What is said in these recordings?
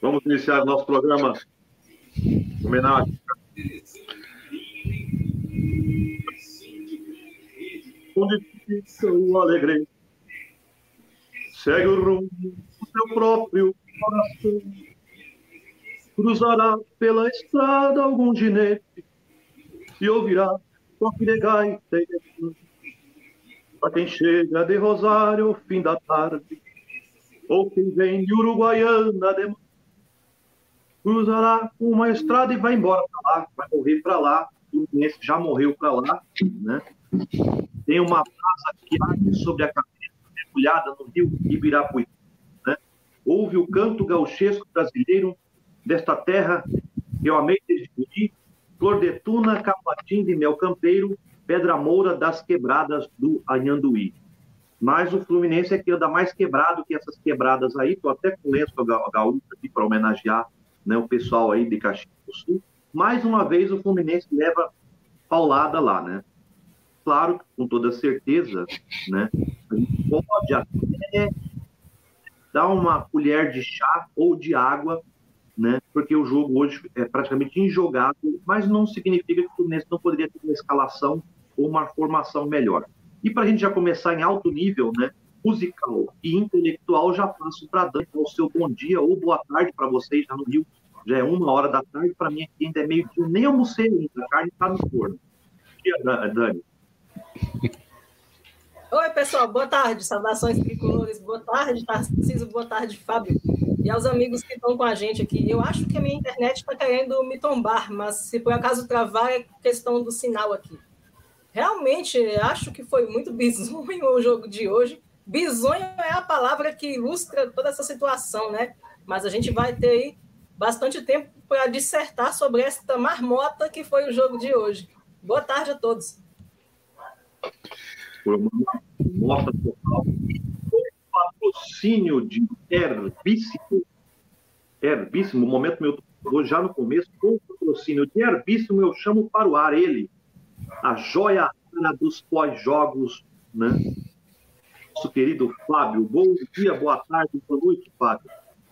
Vamos iniciar nosso programa em homenagem. Onde fica o alegre, segue o rumo do seu próprio coração. Cruzará pela estrada algum ginete e ouvirá toque de gaita e de canto. Para quem chega de Rosário ao fim da tarde, ou quem vem de Uruguaiana de manhã, cruzará uma estrada e vai embora para lá, vai morrer para lá. O Fluminense já morreu para lá, né? Tem uma praça que arde sobre a cabeça, mergulhada no rio Ibirapuí, né? Ouve o canto gauchesco brasileiro desta terra que eu amei desde guri, flor de tuna, capatim de mel campeiro, pedra moura das quebradas do Anhanduí. Mas o Fluminense é que anda mais quebrado que essas quebradas aí. Estou até com o lenço gaúcho aqui para homenagear, né, o pessoal aí de Caxias do Sul. Mais uma vez o Fluminense leva paulada lá, né? Claro, com toda certeza, né? A gente pode até dar uma colher de chá ou de água, né? Porque o jogo hoje é praticamente injogável, mas não significa que o Fluminense não poderia ter uma escalação ou uma formação melhor. E para a gente já começar em alto nível, né, musical e intelectual, já passo para Dani o seu bom dia ou boa tarde para vocês já no Rio. Já é 1h da tarde, para mim aqui ainda é meio-dia, nem almocei ainda, a carne está no forno. Bom dia, Dani. Oi, pessoal, boa tarde, saudações tricolores, boa tarde, Tarcísio, boa tarde, Fábio, e aos amigos que estão com a gente aqui. Eu acho que a minha internet está querendo me tombar, mas se por acaso travar, é questão do sinal aqui. Realmente, acho que foi muito bizonho o jogo de hoje. Bizonho é a palavra que ilustra toda essa situação, né? Mas a gente vai ter aí bastante tempo para dissertar sobre esta marmota que foi o jogo de hoje. Boa tarde a todos. Foi uma marmota total. Patrocínio de Herbíssimo, momento meu hoje já no começo, com patrocínio de Herbíssimo, eu chamo para o ar ele, a joia dos pós-jogos, né? Nosso querido Fábio. Bom dia, boa tarde, boa noite, Fábio.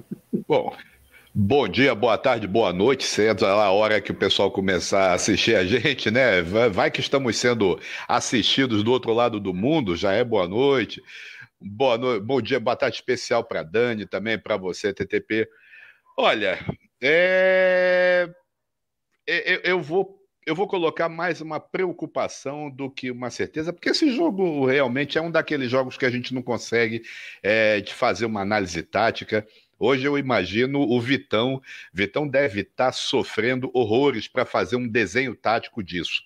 Bom dia, boa tarde, boa noite, sendo a hora que o pessoal começar a assistir a gente, né? Vai que estamos sendo assistidos do outro lado do mundo, já é boa noite. Boa noite, bom dia, boa tarde especial para Dani, também para você, TTP. Olha, eu vou colocar mais uma preocupação do que uma certeza, porque esse jogo realmente é um daqueles jogos que a gente não consegue de fazer uma análise tática. Hoje eu imagino o Vitão deve estar sofrendo horrores para fazer um desenho tático disso.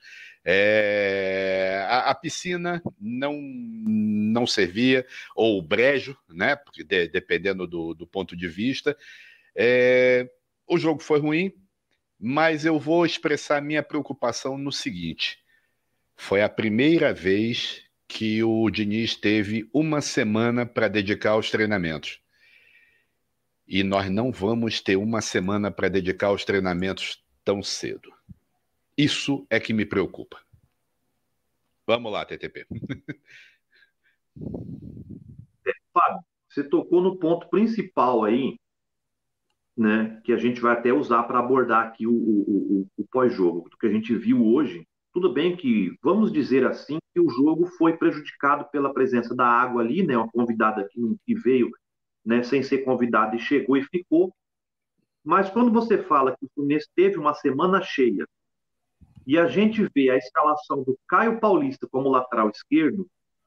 A piscina não servia, ou o brejo, né? Porque dependendo do ponto de vista. O jogo foi ruim, mas eu vou expressar minha preocupação no seguinte: foi a primeira vez que o Diniz teve uma semana para dedicar aos treinamentos. E nós não vamos ter uma semana para dedicar aos treinamentos tão cedo. Isso é que me preocupa. Vamos lá, TTP. Fábio, você tocou no ponto principal aí, né, que a gente vai até usar para abordar aqui o pós-jogo, do que a gente viu hoje. Tudo bem que, vamos dizer assim, que o jogo foi prejudicado pela presença da água ali, né, uma convidada que veio, né, sem ser convidada e chegou e ficou. Mas quando você fala que o Fluminense teve uma semana cheia e a gente vê a escalação do Caio Paulista como lateral esquerdo,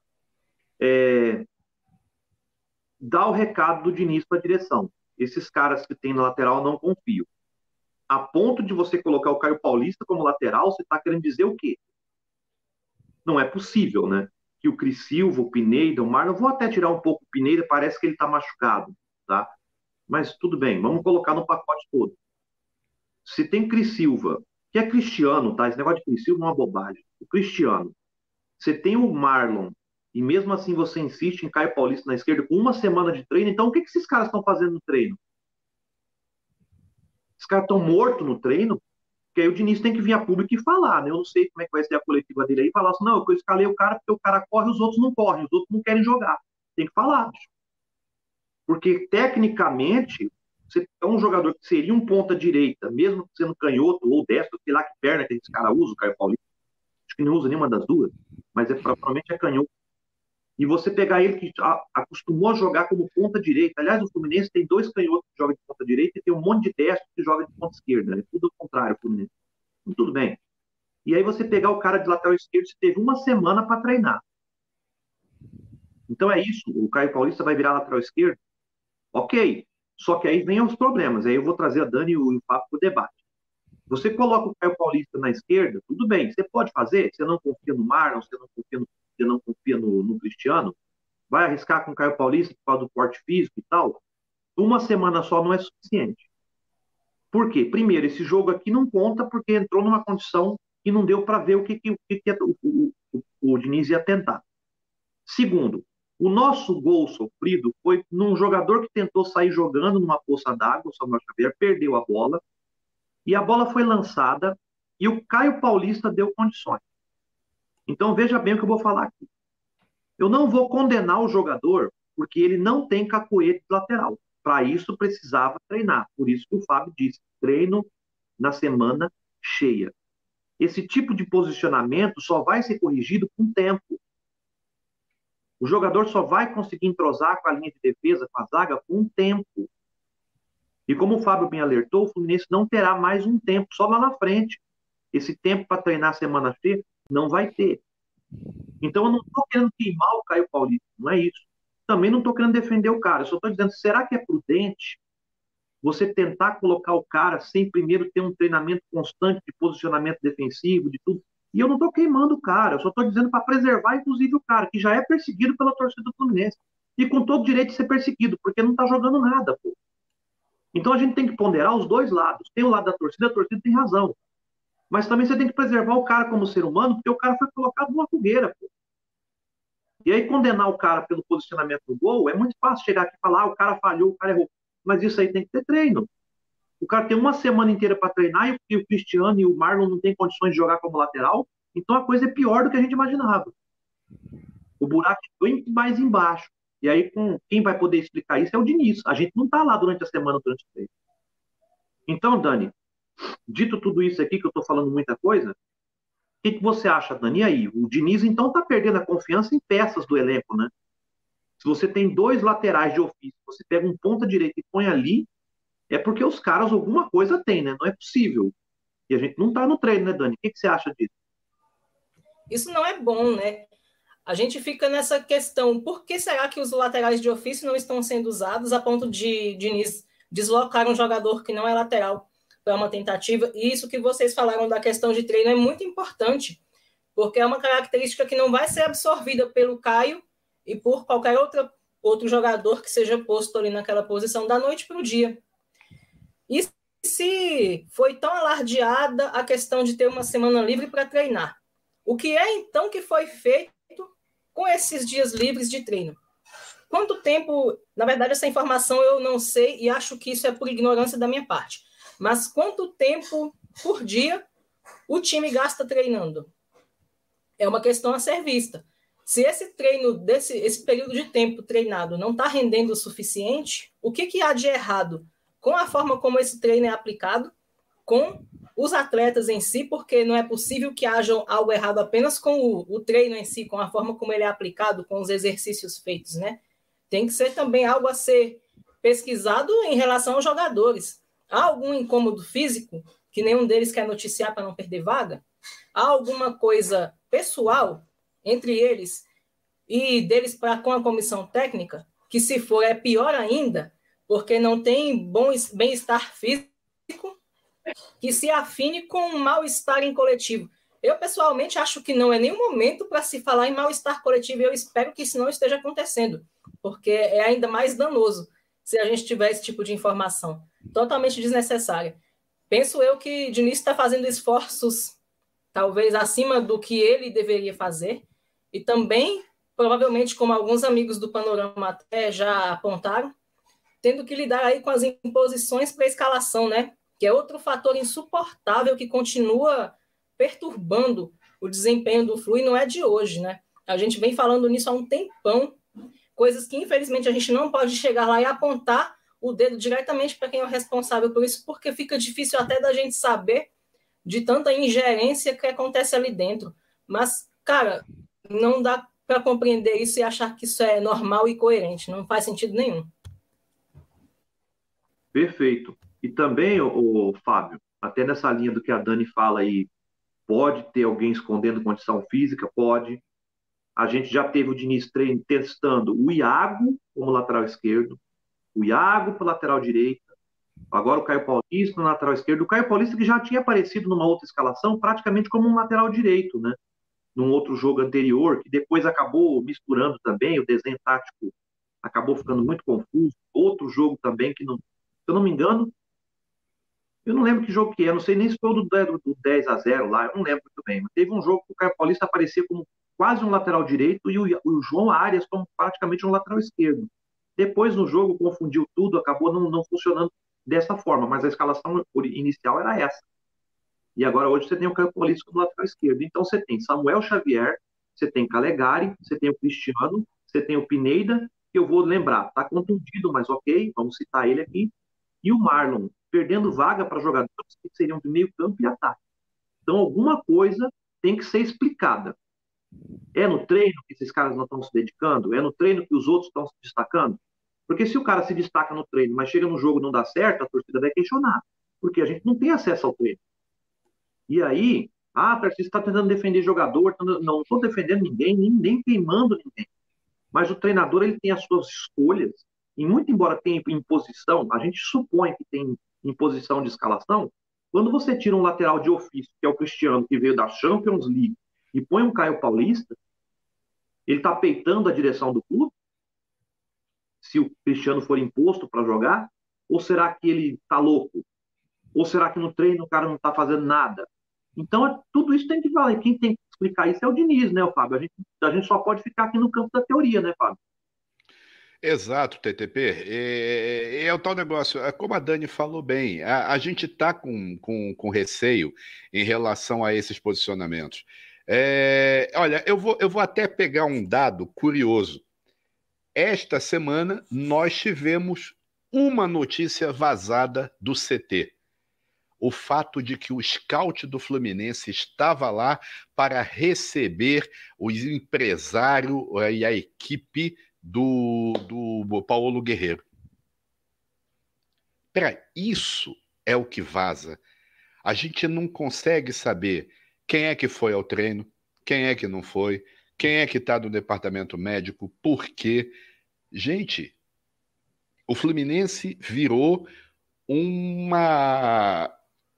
dá o recado do Diniz para a direção. Esses caras que tem na lateral não confio. A ponto de você colocar o Caio Paulista como lateral, você está querendo dizer o quê? Não é possível, né? Que o Cris Silva, o Pineda, o Marlon, eu vou até tirar um pouco o Pineda, parece que ele está machucado, tá? Mas tudo bem, vamos colocar no pacote todo. Se tem Cris Silva, que é Cristiano, tá? Esse negócio de Cris Silva é uma bobagem. O Cristiano. Você tem o Marlon, e mesmo assim você insiste em Caio Paulista na esquerda com uma semana de treino, então o que esses caras estão fazendo no treino? Os caras estão mortos no treino, porque aí o Diniz tem que vir a público e falar, né? Eu não sei como é que vai ser a coletiva dele aí, falar assim, não, eu escalei o cara porque o cara corre, os outros não correm, os outros não querem jogar. Tem que falar, bicho. Porque, tecnicamente, você é um jogador que seria um ponta-direita, mesmo sendo canhoto ou destro, sei lá que perna que esse cara usa, o Caio Paulista, acho que não usa nenhuma das duas, mas provavelmente é canhoto. E você pegar ele que acostumou a jogar como ponta-direita. Aliás, o Fluminense tem 2 canhotos que jogam de ponta-direita e tem um monte de destro que joga de ponta-esquerda. É tudo ao contrário, o Fluminense. Então, tudo bem. E aí você pegar o cara de lateral esquerdo, você teve uma semana para treinar. Então é isso, o Caio Paulista vai virar lateral esquerdo? Ok. Só que aí vem os problemas. Aí eu vou trazer a Dani e o Papo para o debate. Você coloca o Caio Paulista na esquerda, tudo bem, você pode fazer, você não confia no Marlon, você não confia no Cristiano, vai arriscar com o Caio Paulista por causa do porte físico e tal. Uma semana só não é suficiente. Por quê? Primeiro, esse jogo aqui não conta porque entrou numa condição que não deu para ver o que o Diniz ia tentar. Segundo, o nosso gol sofrido foi num jogador que tentou sair jogando numa poça d'água, o Samuel Xavier perdeu a bola, e a bola foi lançada e o Caio Paulista deu condições. Então veja bem o que eu vou falar aqui. Eu não vou condenar o jogador porque ele não tem cacoete lateral. Para isso precisava treinar. Por isso que o Fábio disse, treino na semana cheia. Esse tipo de posicionamento só vai ser corrigido com o tempo. O jogador só vai conseguir entrosar com a linha de defesa, com a zaga, com o tempo. E como o Fábio bem alertou, o Fluminense não terá mais um tempo, só lá na frente. Esse tempo para treinar a semana cheia não vai ter. Então eu não estou querendo queimar o Caio Paulista, não é isso. Também não estou querendo defender o cara, eu só estou dizendo, será que é prudente você tentar colocar o cara sem primeiro ter um treinamento constante de posicionamento defensivo, de tudo? E eu não estou queimando o cara, eu só estou dizendo para preservar, inclusive, o cara, que já é perseguido pela torcida do Fluminense. E com todo direito de ser perseguido, porque não está jogando nada, pô. Então a gente tem que ponderar os dois lados. Tem o lado da torcida, a torcida tem razão. Mas também você tem que preservar o cara como ser humano, porque o cara foi colocado numa fogueira, pô. E aí condenar o cara pelo posicionamento do gol, é muito fácil chegar aqui e falar, o cara falhou, o cara errou. Mas isso aí tem que ter treino. O cara tem uma semana inteira para treinar e o Cristiano e o Marlon não têm condições de jogar como lateral, então a coisa é pior do que a gente imaginava. O buraco é bem mais embaixo. E aí quem vai poder explicar isso é o Diniz. A gente não está lá durante a semana, durante o treino. Então, Dani, dito tudo isso aqui, que eu estou falando muita coisa, o que você acha, Dani? E aí? O Diniz, então, está perdendo a confiança em peças do elenco, né? Se você tem 2 laterais de ofício, você pega um ponta direita e põe ali, é porque os caras alguma coisa têm, né? Não é possível. E a gente não está no treino, né, Dani? O que você acha disso? Isso não é bom, né? A gente fica nessa questão, por que será que os laterais de ofício não estão sendo usados a ponto de Diniz deslocar um jogador que não é lateral para uma tentativa? E isso que vocês falaram da questão de treino é muito importante, porque é uma característica que não vai ser absorvida pelo Caio e por qualquer outro jogador que seja posto ali naquela posição da noite para o dia. E se foi tão alardeada a questão de ter uma semana livre para treinar, o que é então que foi feito com esses dias livres de treino? Quanto tempo, na verdade essa informação eu não sei e acho que isso é por ignorância da minha parte, mas quanto tempo por dia o time gasta treinando? É uma questão a ser vista. Se esse treino, esse período de tempo treinado não está rendendo o suficiente, o que há de errado com a forma como esse treino é aplicado, com os atletas em si, porque não é possível que haja algo errado apenas com o treino em si, com a forma como ele é aplicado, com os exercícios feitos, né? Tem que ser também algo a ser pesquisado em relação aos jogadores. Há algum incômodo físico que nenhum deles quer noticiar para não perder vaga? Há alguma coisa pessoal entre eles e deles com a comissão técnica, que se for é pior ainda, porque não tem bom bem-estar físico que se afine com um mal-estar em coletivo. Eu, pessoalmente, acho que não é nenhum momento para se falar em mal-estar coletivo, e eu espero que isso não esteja acontecendo, porque é ainda mais danoso se a gente tiver esse tipo de informação, totalmente desnecessária. Penso eu que Diniz está fazendo esforços, talvez acima do que ele deveria fazer, e também, provavelmente, como alguns amigos do Panorama até já apontaram, tendo que lidar aí com as imposições para a escalação, né? Que é outro fator insuportável que continua perturbando o desempenho do Flu, e não é de hoje, né? A gente vem falando nisso há um tempão, coisas que, infelizmente, a gente não pode chegar lá e apontar o dedo diretamente para quem é o responsável por isso, porque fica difícil até da gente saber de tanta ingerência que acontece ali dentro. Mas, cara, não dá para compreender isso e achar que isso é normal e coerente. Não faz sentido nenhum. Perfeito. E também, o Fábio, até nessa linha do que a Dani fala aí, pode ter alguém escondendo condição física? Pode. A gente já teve o Diniz testando o Iago como lateral esquerdo, o Iago para lateral direita, agora o Caio Paulista no lateral esquerdo. O Caio Paulista que já tinha aparecido numa outra escalação praticamente como um lateral direito, né? Num outro jogo anterior, que depois acabou misturando também, o desenho tático acabou ficando muito confuso. Outro jogo também que, não, se eu não me engano, eu não lembro que jogo que é, não sei nem se foi do 10-0 lá, eu não lembro muito bem, mas teve um jogo que o Caio Paulista aparecia como quase um lateral direito e o João Arias como praticamente um lateral esquerdo. Depois no jogo confundiu tudo, acabou não funcionando dessa forma, mas a escalação inicial era essa. E agora hoje você tem o Caio Paulista como lateral esquerdo. Então você tem Samuel Xavier, você tem Calegari, você tem o Cristiano, você tem o Pineda, que eu vou lembrar, está contundido, mas ok, vamos citar ele aqui, e o Marlon, perdendo vaga para jogadores que seriam de meio campo e ataque. Então alguma coisa tem que ser explicada. É no treino que esses caras não estão se dedicando? É no treino que os outros estão se destacando? Porque se o cara se destaca no treino, mas chega no jogo e não dá certo, a torcida vai questionar. Porque a gente não tem acesso ao treino. E aí, Tarcísio está tentando defender jogador, não estou defendendo ninguém, nem queimando ninguém. Mas o treinador ele tem as suas escolhas, e muito embora tenha imposição, a gente supõe que tem imposição de escalação, quando você tira um lateral de ofício, que é o Cristiano, que veio da Champions League, e põe um Caio Paulista, ele está peitando a direção do clube? Se o Cristiano for imposto para jogar? Ou será que ele está louco? Ou será que no treino o cara não está fazendo nada? Então, tudo isso tem que valer. Quem tem que explicar isso é o Diniz, né, Fábio? A gente só pode ficar aqui no campo da teoria, né, Fábio? Exato, TTP. É o tal negócio, como a Dani falou bem, a gente está com receio em relação a esses posicionamentos. Olha, eu vou até pegar um dado curioso. Esta semana nós tivemos uma notícia vazada do CT. O fato de que o scout do Fluminense estava lá para receber os empresários e a equipe do Paulo Guerreiro. Peraí, isso é o que vaza. A gente não consegue saber quem é que foi ao treino, quem é que não foi, quem é que está no departamento médico, por quê. Gente, o Fluminense virou uma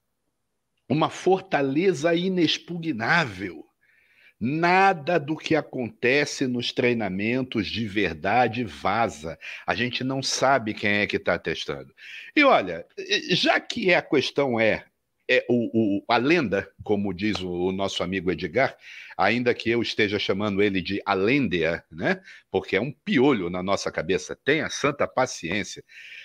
fortaleza inexpugnável. Nada do que acontece nos treinamentos de verdade vaza. A gente não sabe quem é que está testando. E olha, já que a questão é a lenda, como diz o nosso amigo Edgar, ainda que eu esteja chamando ele de Alêndea, né? Porque é um piolho na nossa cabeça, tenha santa paciência.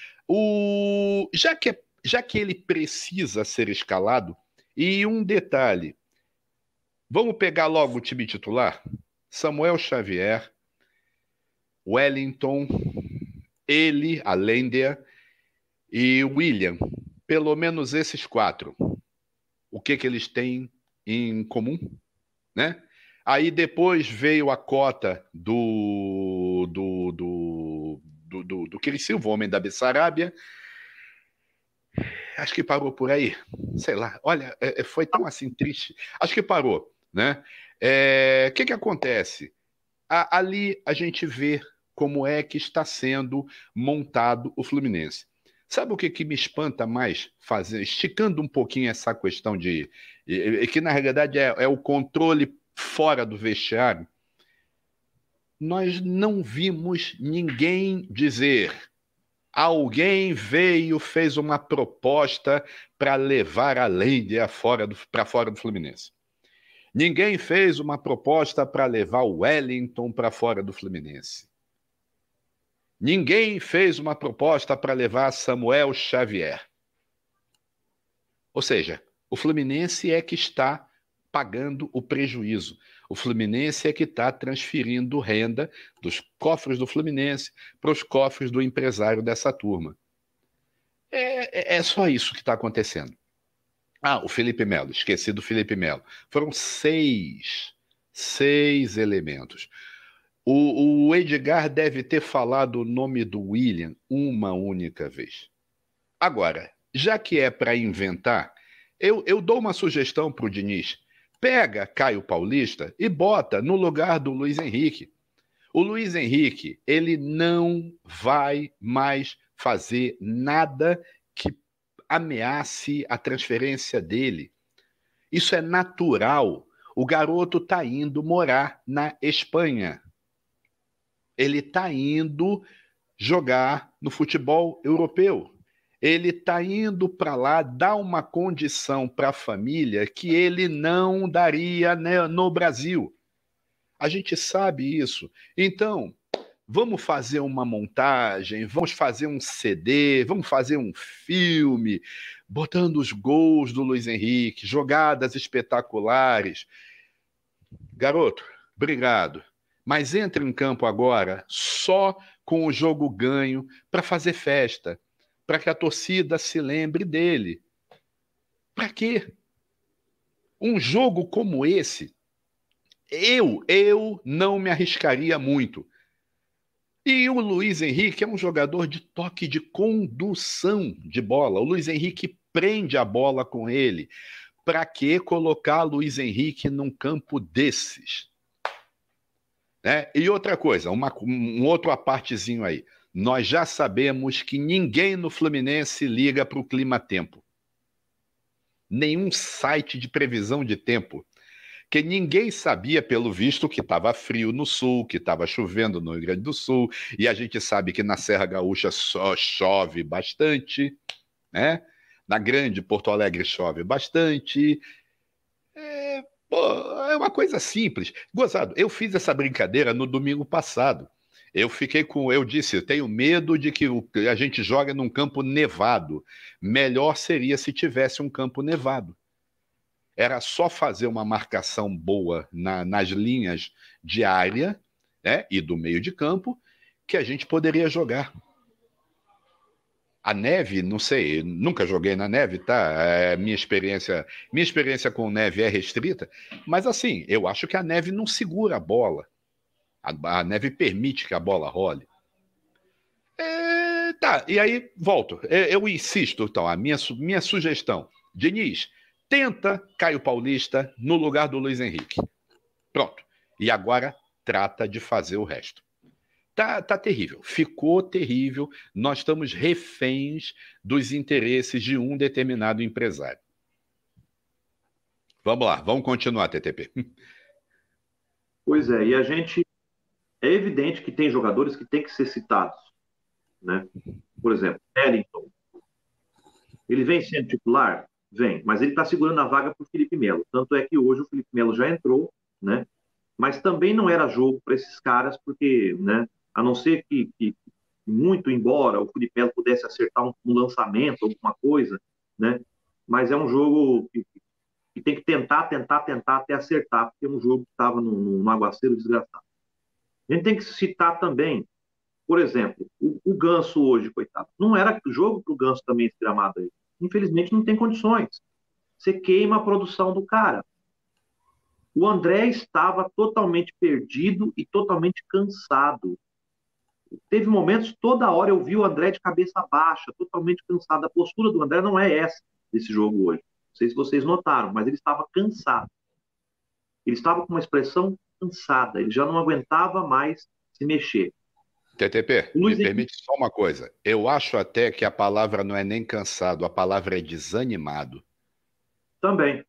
Já que ele precisa ser escalado, e um detalhe, vamos pegar logo o time titular? Samuel Xavier, Wellington, ele, Alêndea e William. Pelo menos esses quatro. O que eles têm em comum? Né? Aí depois veio a cota do Criciúma, o homem da Bessarábia. Acho que parou por aí. Sei lá. Olha, foi tão assim triste. Acho que parou. Né? Que acontece? Ali a gente vê como é que está sendo montado o Fluminense. Sabe o que me espanta mais? Esticando um pouquinho essa questão que na realidade é o controle fora do vestiário. Nós não vimos ninguém dizer: alguém veio, fez uma proposta para levar a Lândia para fora do Fluminense. Ninguém fez uma proposta para levar o Wellington para fora do Fluminense. Ninguém fez uma proposta para levar Samuel Xavier. Ou seja, o Fluminense é que está pagando o prejuízo. O Fluminense é que está transferindo renda dos cofres do Fluminense para os cofres do empresário dessa turma. É só isso que está acontecendo. O Felipe Melo, esqueci do Felipe Melo. Foram seis elementos. O Edgar deve ter falado o nome do William uma única vez. Agora, já que é para inventar, eu dou uma sugestão para o Diniz. Pega Caio Paulista e bota no lugar do Luiz Henrique. O Luiz Henrique, ele não vai mais fazer nada que ameace a transferência dele. Isso é natural. O garoto está indo morar na Espanha. Ele está indo jogar no futebol europeu. Ele está indo para lá dar uma condição para a família que ele não daria, né, no Brasil. A gente sabe isso. Então, vamos fazer uma montagem, vamos fazer um CD, vamos fazer um filme, botando os gols do Luiz Henrique, jogadas espetaculares. Garoto, obrigado. Mas entre em campo agora só com o jogo ganho para fazer festa, para que a torcida se lembre dele. Para quê? Um jogo como esse, eu não me arriscaria muito. E o Luiz Henrique é um jogador de toque de condução de bola. O Luiz Henrique prende a bola com ele. Para que colocar Luiz Henrique num campo desses? Né? E outra coisa, um outro apartezinho aí. Nós já sabemos que ninguém no Fluminense liga para o clima-tempo. Nenhum site de previsão de tempo. Que ninguém sabia, pelo visto, que estava frio no sul, que estava chovendo no Rio Grande do Sul, e a gente sabe que na Serra Gaúcha só chove bastante, né? Na grande Porto Alegre chove bastante. É uma coisa simples. Gozado, eu fiz essa brincadeira no domingo passado. Eu disse, eu tenho medo de que a gente jogue num campo nevado. Melhor seria se tivesse um campo nevado. Era só fazer uma marcação boa nas linhas de área, né, e do meio de campo, que a gente poderia jogar. A neve, não sei, nunca joguei na neve, tá? Minha experiência com neve é restrita, mas assim, eu acho que a neve não segura a bola. A neve permite que a bola role. Tá, e aí volto. Eu insisto, então, a minha sugestão. Diniz, tenta Caio Paulista no lugar do Luiz Henrique. Pronto. E agora trata de fazer o resto. Tá terrível. Ficou terrível. Nós estamos reféns dos interesses de um determinado empresário. Vamos lá, vamos continuar, TTP. Pois é, e a gente... É evidente que tem jogadores que têm que ser citados, né? Por exemplo, Wellington. Ele vem sendo titular? Vem, mas ele está segurando a vaga para o Felipe Melo. Tanto é que hoje o Felipe Melo já entrou, né? Mas também não era jogo para esses caras, porque, né? A não ser que muito embora o Felipe Melo pudesse acertar um lançamento, alguma coisa, né? Mas é um jogo que tem que tentar até acertar, porque é um jogo que estava num aguaceiro desgraçado. A gente tem que citar também, por exemplo, o Ganso hoje, coitado. Não era jogo para o Ganso também esse gramado aí. Infelizmente não tem condições. Você queima a produção do cara. O André estava totalmente perdido e totalmente cansado. Teve momentos, toda hora eu vi o André de cabeça baixa, totalmente cansado. A postura do André não é essa desse jogo hoje. Não sei se vocês notaram, mas ele estava cansado. Ele estava com uma expressão cansada. Ele já não aguentava mais se mexer. TTP, me permite só uma coisa. Eu acho até que a palavra não é nem cansado, a palavra é desanimado. Também.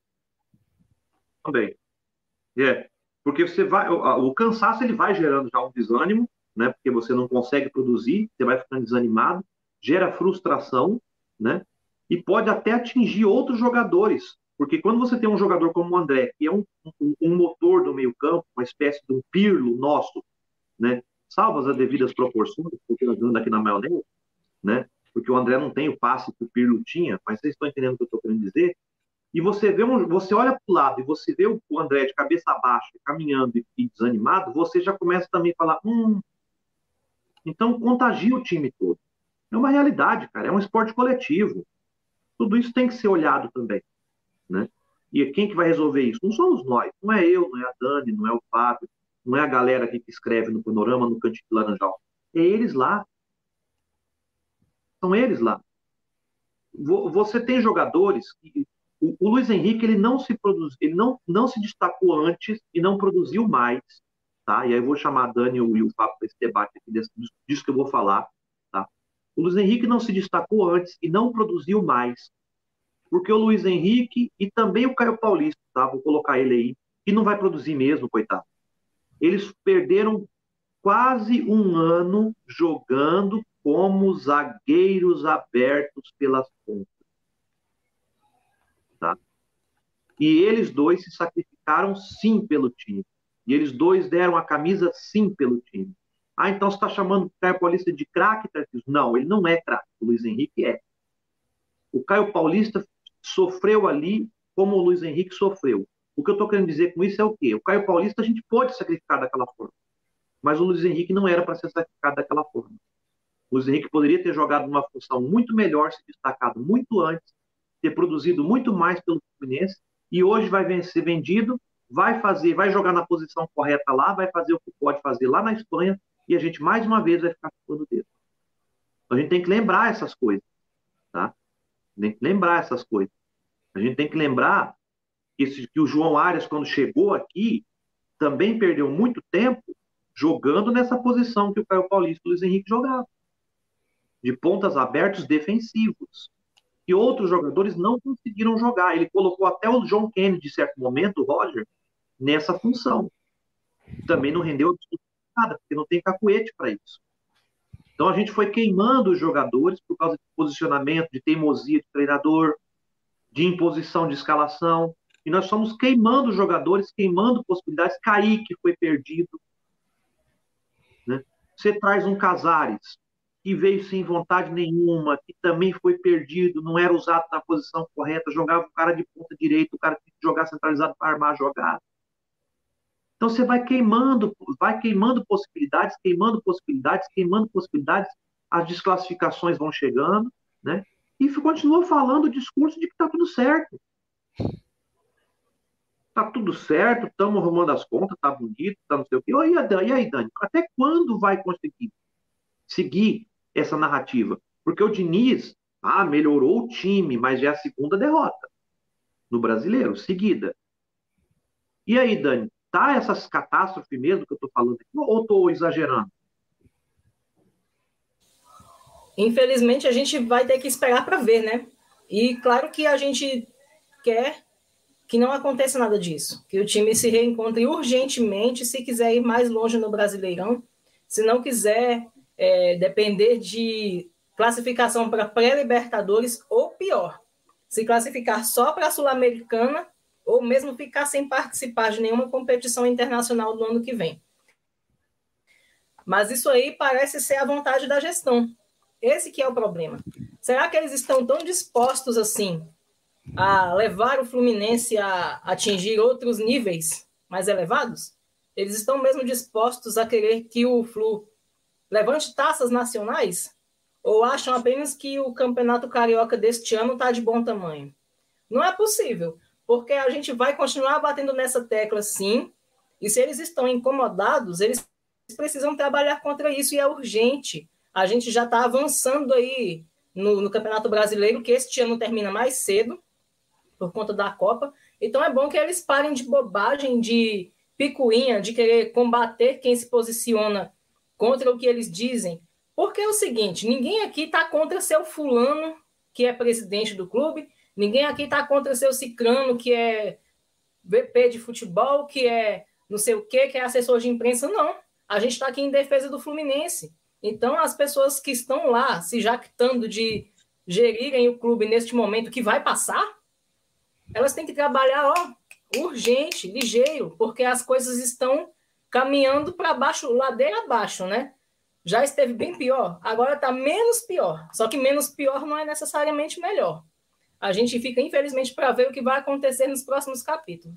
Porque você vai, o cansaço ele vai gerando já um desânimo, né? Porque você não consegue produzir, você vai ficando desanimado, gera frustração, né? E pode até atingir outros jogadores. Porque quando você tem um jogador como o André, que é um motor do meio-campo, uma espécie de um Pirlo nosso, né? Salvas as devidas proporções, porque nós andamos aqui na maionese, né? Porque o André não tem o passe que o Pirlo tinha, mas vocês estão entendendo o que eu estou querendo dizer? E você olha para o lado e você vê o André de cabeça baixa, caminhando e desanimado, você já começa também a falar, então contagia o time todo. É uma realidade, cara. É um esporte coletivo. Tudo isso tem que ser olhado também, né? E quem que vai resolver isso? Não somos nós. Não é eu, não é a Dani, não é o Fábio, não é a galera aqui que escreve no Panorama, no Cantinho do Laranjal. É eles lá. São eles lá. Você tem jogadores que o Luiz Henrique ele não se produz, ele não se destacou antes e não produziu mais, tá? E aí eu vou chamar a Dani e o Fábio para esse debate aqui disso que eu vou falar, tá? O Luiz Henrique não se destacou antes e não produziu mais, porque o Luiz Henrique e também o Caio Paulista, tá? Vou colocar ele aí, que não vai produzir mesmo, coitado. Eles perderam quase um ano jogando como zagueiros abertos pelas pontas. Tá? E eles dois se sacrificaram sim pelo time. E eles dois deram a camisa sim pelo time. Ah, então você está chamando o Caio Paulista de craque, Tarcísio? Não, ele não é craque. O Luiz Henrique é. O Caio Paulista sofreu ali como o Luiz Henrique sofreu. O que eu estou querendo dizer com isso é o quê? O Caio Paulista a gente pode sacrificar daquela forma. Mas o Luiz Henrique não era para ser sacrificado daquela forma. O Luiz Henrique poderia ter jogado numa função muito melhor, se destacado muito antes, ter produzido muito mais pelo Fluminense, e hoje vai ser vendido, vai jogar na posição correta lá, vai fazer o que pode fazer lá na Espanha, e a gente mais uma vez vai ficar ficando dele. Então a gente tem que lembrar essas coisas, tá? Tem que lembrar essas coisas. A gente tem que lembrar que o João Arias, quando chegou aqui, também perdeu muito tempo jogando nessa posição que o Caio Paulista e o Luiz Henrique jogavam, de pontas abertos defensivos. E outros jogadores não conseguiram jogar. Ele colocou até o John Kennedy, de certo momento, o Roger, nessa função. Também não rendeu nada, porque não tem cacuete para isso. Então a gente foi queimando os jogadores por causa de posicionamento, de teimosia de treinador, de imposição de escalação. E nós fomos queimando os jogadores, queimando possibilidades. Kaique foi perdido. Né? Você traz um Casares, que veio sem vontade nenhuma, que também foi perdido, não era usado na posição correta, jogava o cara de ponta direita, o cara tinha que jogar centralizado para armar a jogada. Então você vai queimando possibilidades, as desclassificações vão chegando, né? E continua falando o discurso de que está tudo certo. Está tudo certo, estamos arrumando as contas, está bonito, está não sei o quê. E aí, Dani, até quando vai conseguir seguir essa narrativa? Porque o Diniz, melhorou o time, mas já é a segunda derrota no Brasileiro, seguida. E aí, Dani, tá essas catástrofes mesmo que eu estou falando aqui, ou estou exagerando? Infelizmente, a gente vai ter que esperar para ver, né? E claro que a gente quer que não aconteça nada disso, que o time se reencontre urgentemente se quiser ir mais longe no Brasileirão, se não quiser depender de classificação para pré-Libertadores ou pior, se classificar só para a Sul-Americana ou mesmo ficar sem participar de nenhuma competição internacional do ano que vem. Mas isso aí parece ser a vontade da gestão. Esse que é o problema. Será que eles estão tão dispostos assim a levar o Fluminense a atingir outros níveis mais elevados? Eles estão mesmo dispostos a querer que o Flu levante taças nacionais? Ou acham apenas que o Campeonato Carioca deste ano está de bom tamanho? Não é possível, porque a gente vai continuar batendo nessa tecla sim, e se eles estão incomodados, eles precisam trabalhar contra isso, e é urgente. A gente já está avançando aí no Campeonato Brasileiro, que este ano termina mais cedo, por conta da Copa. Então é bom que eles parem de bobagem, de picuinha, de querer combater quem se posiciona contra o que eles dizem. Porque é o seguinte, ninguém aqui está contra seu fulano, que é presidente do clube, ninguém aqui está contra seu cicrano, que é VP de futebol, que é não sei o quê, que é assessor de imprensa, não. A gente está aqui em defesa do Fluminense. Então, as pessoas que estão lá se jactando de gerirem o clube neste momento que vai passar, elas têm que trabalhar urgente, ligeiro, porque as coisas estão caminhando para baixo, ladeira abaixo, né? Já esteve bem pior, agora está menos pior. Só que menos pior não é necessariamente melhor. A gente fica, infelizmente, para ver o que vai acontecer nos próximos capítulos.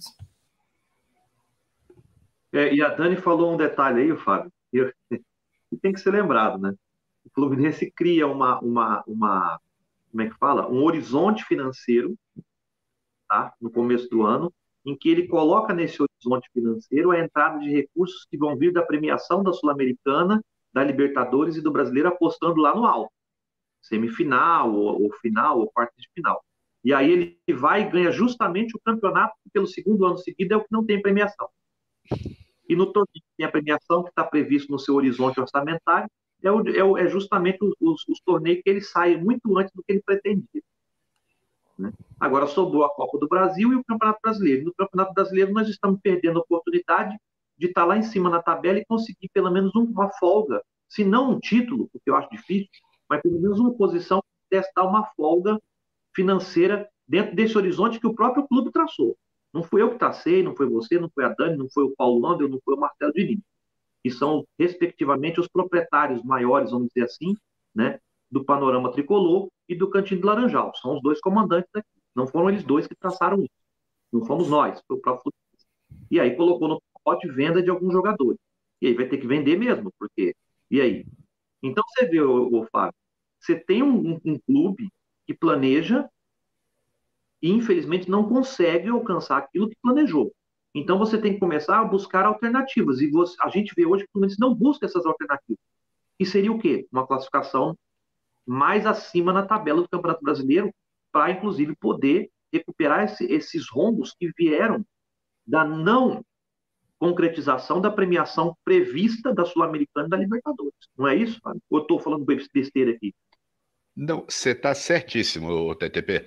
E a Dani falou um detalhe aí, Fábio, que tem que ser lembrado, né? o Fluminense cria como é que fala? Um horizonte financeiro, tá? No começo do ano, em que ele coloca nesse horizonte financeiro a entrada de recursos que vão vir da premiação da Sul-Americana, da Libertadores e do Brasileiro, apostando lá no alto, semifinal, ou final, ou quarta de final. E aí ele vai e ganha justamente o campeonato, que pelo segundo ano seguido é o que não tem premiação. E no torneio que tem a premiação, que está previsto no seu horizonte orçamentário, é justamente os torneios que ele sai muito antes do que ele pretendia. Né? Agora sobrou a Copa do Brasil e o Campeonato Brasileiro. No Campeonato Brasileiro nós estamos perdendo a oportunidade de estar lá em cima na tabela e conseguir pelo menos uma folga, se não um título, porque eu acho difícil, mas pelo menos uma posição que pudesse dar uma folga financeira dentro desse horizonte que o próprio clube traçou. Não fui eu que tracei, não foi você, não foi a Dani, não foi o Paulo Andel, não foi o Marcelo Diniz, que são, respectivamente, os proprietários maiores, vamos dizer assim, né, do Panorama Tricolor e do Cantinho do Laranjal. São os dois comandantes aqui. Não foram eles dois que traçaram isso. Não fomos nós, foi o próprio Fluminense. E aí colocou no pacote venda de alguns jogadores. E aí vai ter que vender mesmo, porque... E aí? Então você vê, Fábio, você tem um clube que planeja e, infelizmente, não consegue alcançar aquilo que planejou. Então você tem que começar a buscar alternativas. E a gente vê hoje que o Fluminense não busca essas alternativas. E seria o quê? Uma classificação mais acima na tabela do Campeonato Brasileiro, para, inclusive, poder recuperar esses rombos que vieram da não concretização da premiação prevista da Sul-Americana e da Libertadores. Não é isso, Fábio? Ou eu estou falando besteira aqui? Não, você está certíssimo, TTP.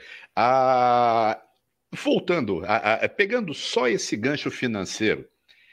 Voltando, pegando só esse gancho financeiro,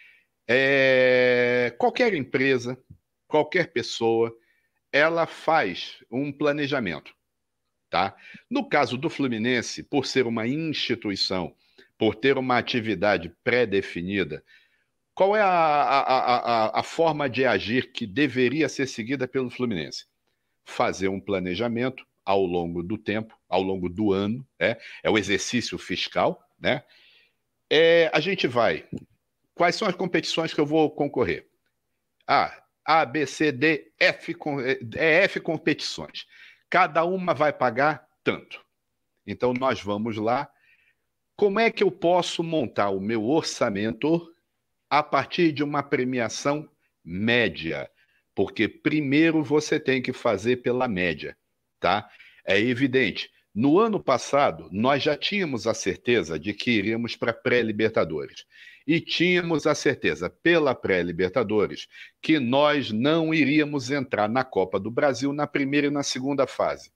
qualquer empresa, qualquer pessoa, ela faz um planejamento, tá? No caso do Fluminense, por ser uma instituição, por ter uma atividade pré-definida, qual é a forma de agir que deveria ser seguida pelo Fluminense? Fazer um planejamento ao longo do tempo, ao longo do ano, é o exercício fiscal, né? A gente vai. Quais são as competições que eu vou concorrer? A, B, C, D, F competições. Cada uma vai pagar tanto. Então nós vamos lá. Como é que eu posso montar o meu orçamento a partir de uma premiação média? Porque primeiro você tem que fazer pela média, tá? É evidente. No ano passado, nós já tínhamos a certeza de que iríamos para a pré-Libertadores. E tínhamos a certeza, pela pré-Libertadores, que nós não iríamos entrar na Copa do Brasil na primeira e na segunda fase.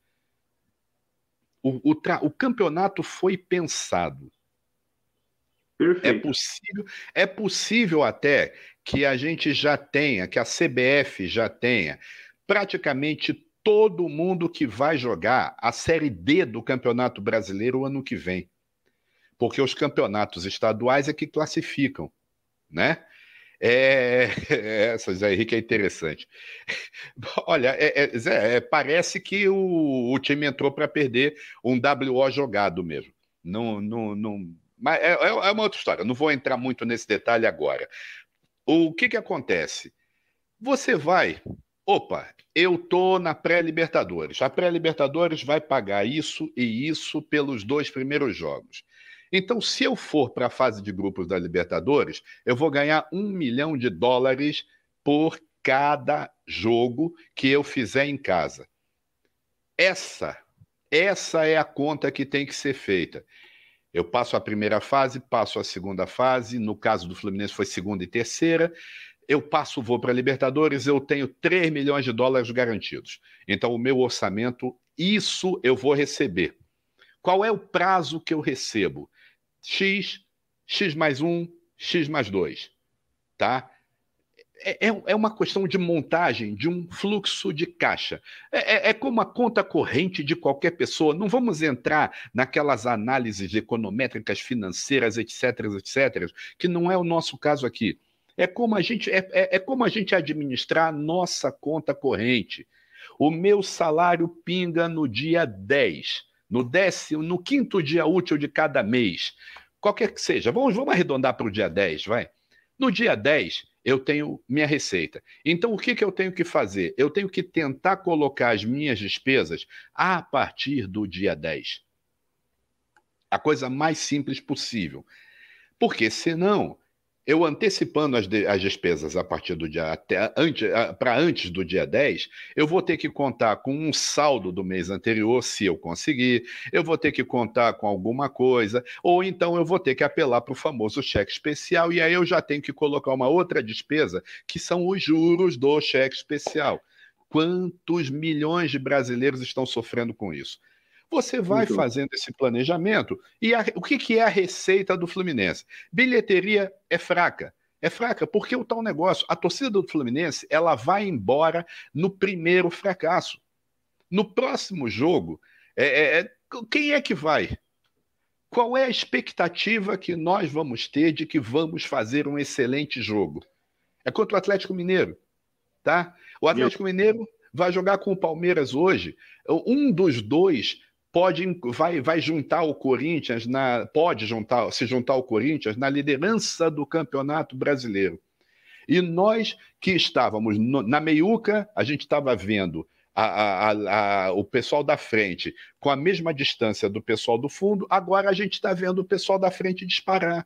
O campeonato foi pensado. Perfeito. É possível até que a gente já tenha, que a CBF já tenha, praticamente todo mundo que vai jogar a Série D do Campeonato Brasileiro o ano que vem. Porque os campeonatos estaduais é que classificam, né? Essa, Zé Henrique, é interessante. Olha, parece que o time entrou para perder um WO jogado mesmo. Mas é uma outra história, não vou entrar muito nesse detalhe agora. O que acontece? Você vai... Opa, eu tô na pré-Libertadores. A pré-Libertadores vai pagar isso e isso pelos 2 primeiros jogos. Então, se eu for para a fase de grupos da Libertadores, eu vou ganhar $1 milhão por cada jogo que eu fizer em casa. Essa é a conta que tem que ser feita. Eu passo a primeira fase, passo a segunda fase, no caso do Fluminense foi segunda e terceira, eu vou para a Libertadores, eu tenho $3 milhões garantidos. Então, o meu orçamento, isso eu vou receber. Qual é o prazo que eu recebo? X mais 1, X mais 2. Tá? É uma questão de montagem de um fluxo de caixa. É como a conta corrente de qualquer pessoa. Não vamos entrar naquelas análises econométricas, financeiras, etc., que não é o nosso caso aqui. É como a gente administrar a nossa conta corrente. O meu salário pinga no dia 10, no 5º dia útil de cada mês. Qualquer que seja. Vamos arredondar para o dia 10, vai. No dia 10, eu tenho minha receita. Então, o que eu tenho que fazer? Eu tenho que tentar colocar as minhas despesas a partir do dia 10. A coisa mais simples possível. Porque, senão, eu antecipando as despesas a partir do dia para antes do dia 10, eu vou ter que contar com um saldo do mês anterior, se eu conseguir, eu vou ter que contar com alguma coisa, ou então eu vou ter que apelar para o famoso cheque especial, e aí eu já tenho que colocar uma outra despesa, que são os juros do cheque especial. Quantos milhões de brasileiros estão sofrendo com isso? Você vai fazendo esse planejamento e o que é a receita do Fluminense? Bilheteria é fraca. É fraca porque o tal negócio, a torcida do Fluminense, ela vai embora no primeiro fracasso. No próximo jogo, quem é que vai? Qual é a expectativa que nós vamos ter de que vamos fazer um excelente jogo? É contra o Atlético Mineiro, tá? O Atlético Mineiro vai jogar com o Palmeiras hoje. Um dos dois vai juntar o Corinthians se juntar ao Corinthians na liderança do Campeonato Brasileiro. E nós que estávamos na meiuca, a gente estava vendo o pessoal da frente com a mesma distância do pessoal do fundo, agora a gente está vendo o pessoal da frente disparar.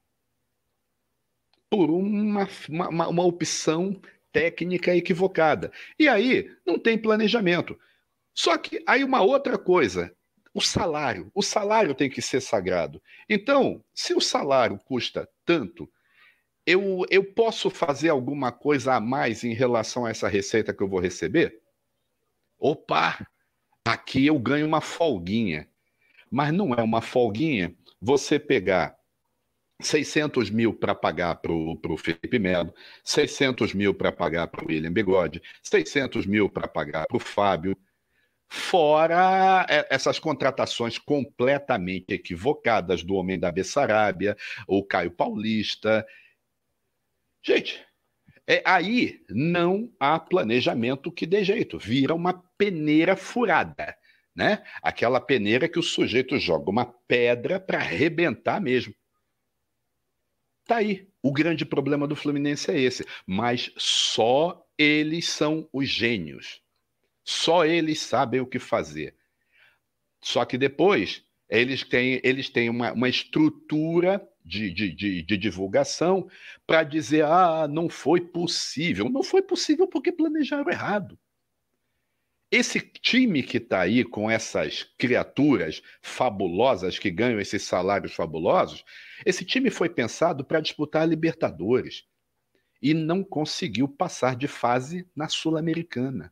Por uma opção técnica equivocada. E aí, não tem planejamento. Só que aí uma outra coisa, o salário tem que ser sagrado. Então, se o salário custa tanto, eu posso fazer alguma coisa a mais em relação a essa receita que eu vou receber? Opa, aqui eu ganho uma folguinha. Mas não é uma folguinha você pegar 600 mil para pagar para o Felipe Melo, 600 mil para pagar para o William Bigode, 600 mil para pagar para o Fábio, fora essas contratações completamente equivocadas do Homem da Bessarabia, o Caio Paulista. Gente, aí não há planejamento que dê jeito, vira uma peneira furada, né? Aquela peneira que o sujeito joga uma pedra para arrebentar mesmo. Tá aí. O grande problema do Fluminense é esse. Mas só eles são os gênios. Só eles sabem o que fazer. Só que depois eles têm uma estrutura de divulgação para dizer: não foi possível. Não foi possível porque planejaram errado. Esse time que está aí com essas criaturas fabulosas que ganham esses salários fabulosos, esse time foi pensado para disputar a Libertadores e não conseguiu passar de fase na Sul-Americana.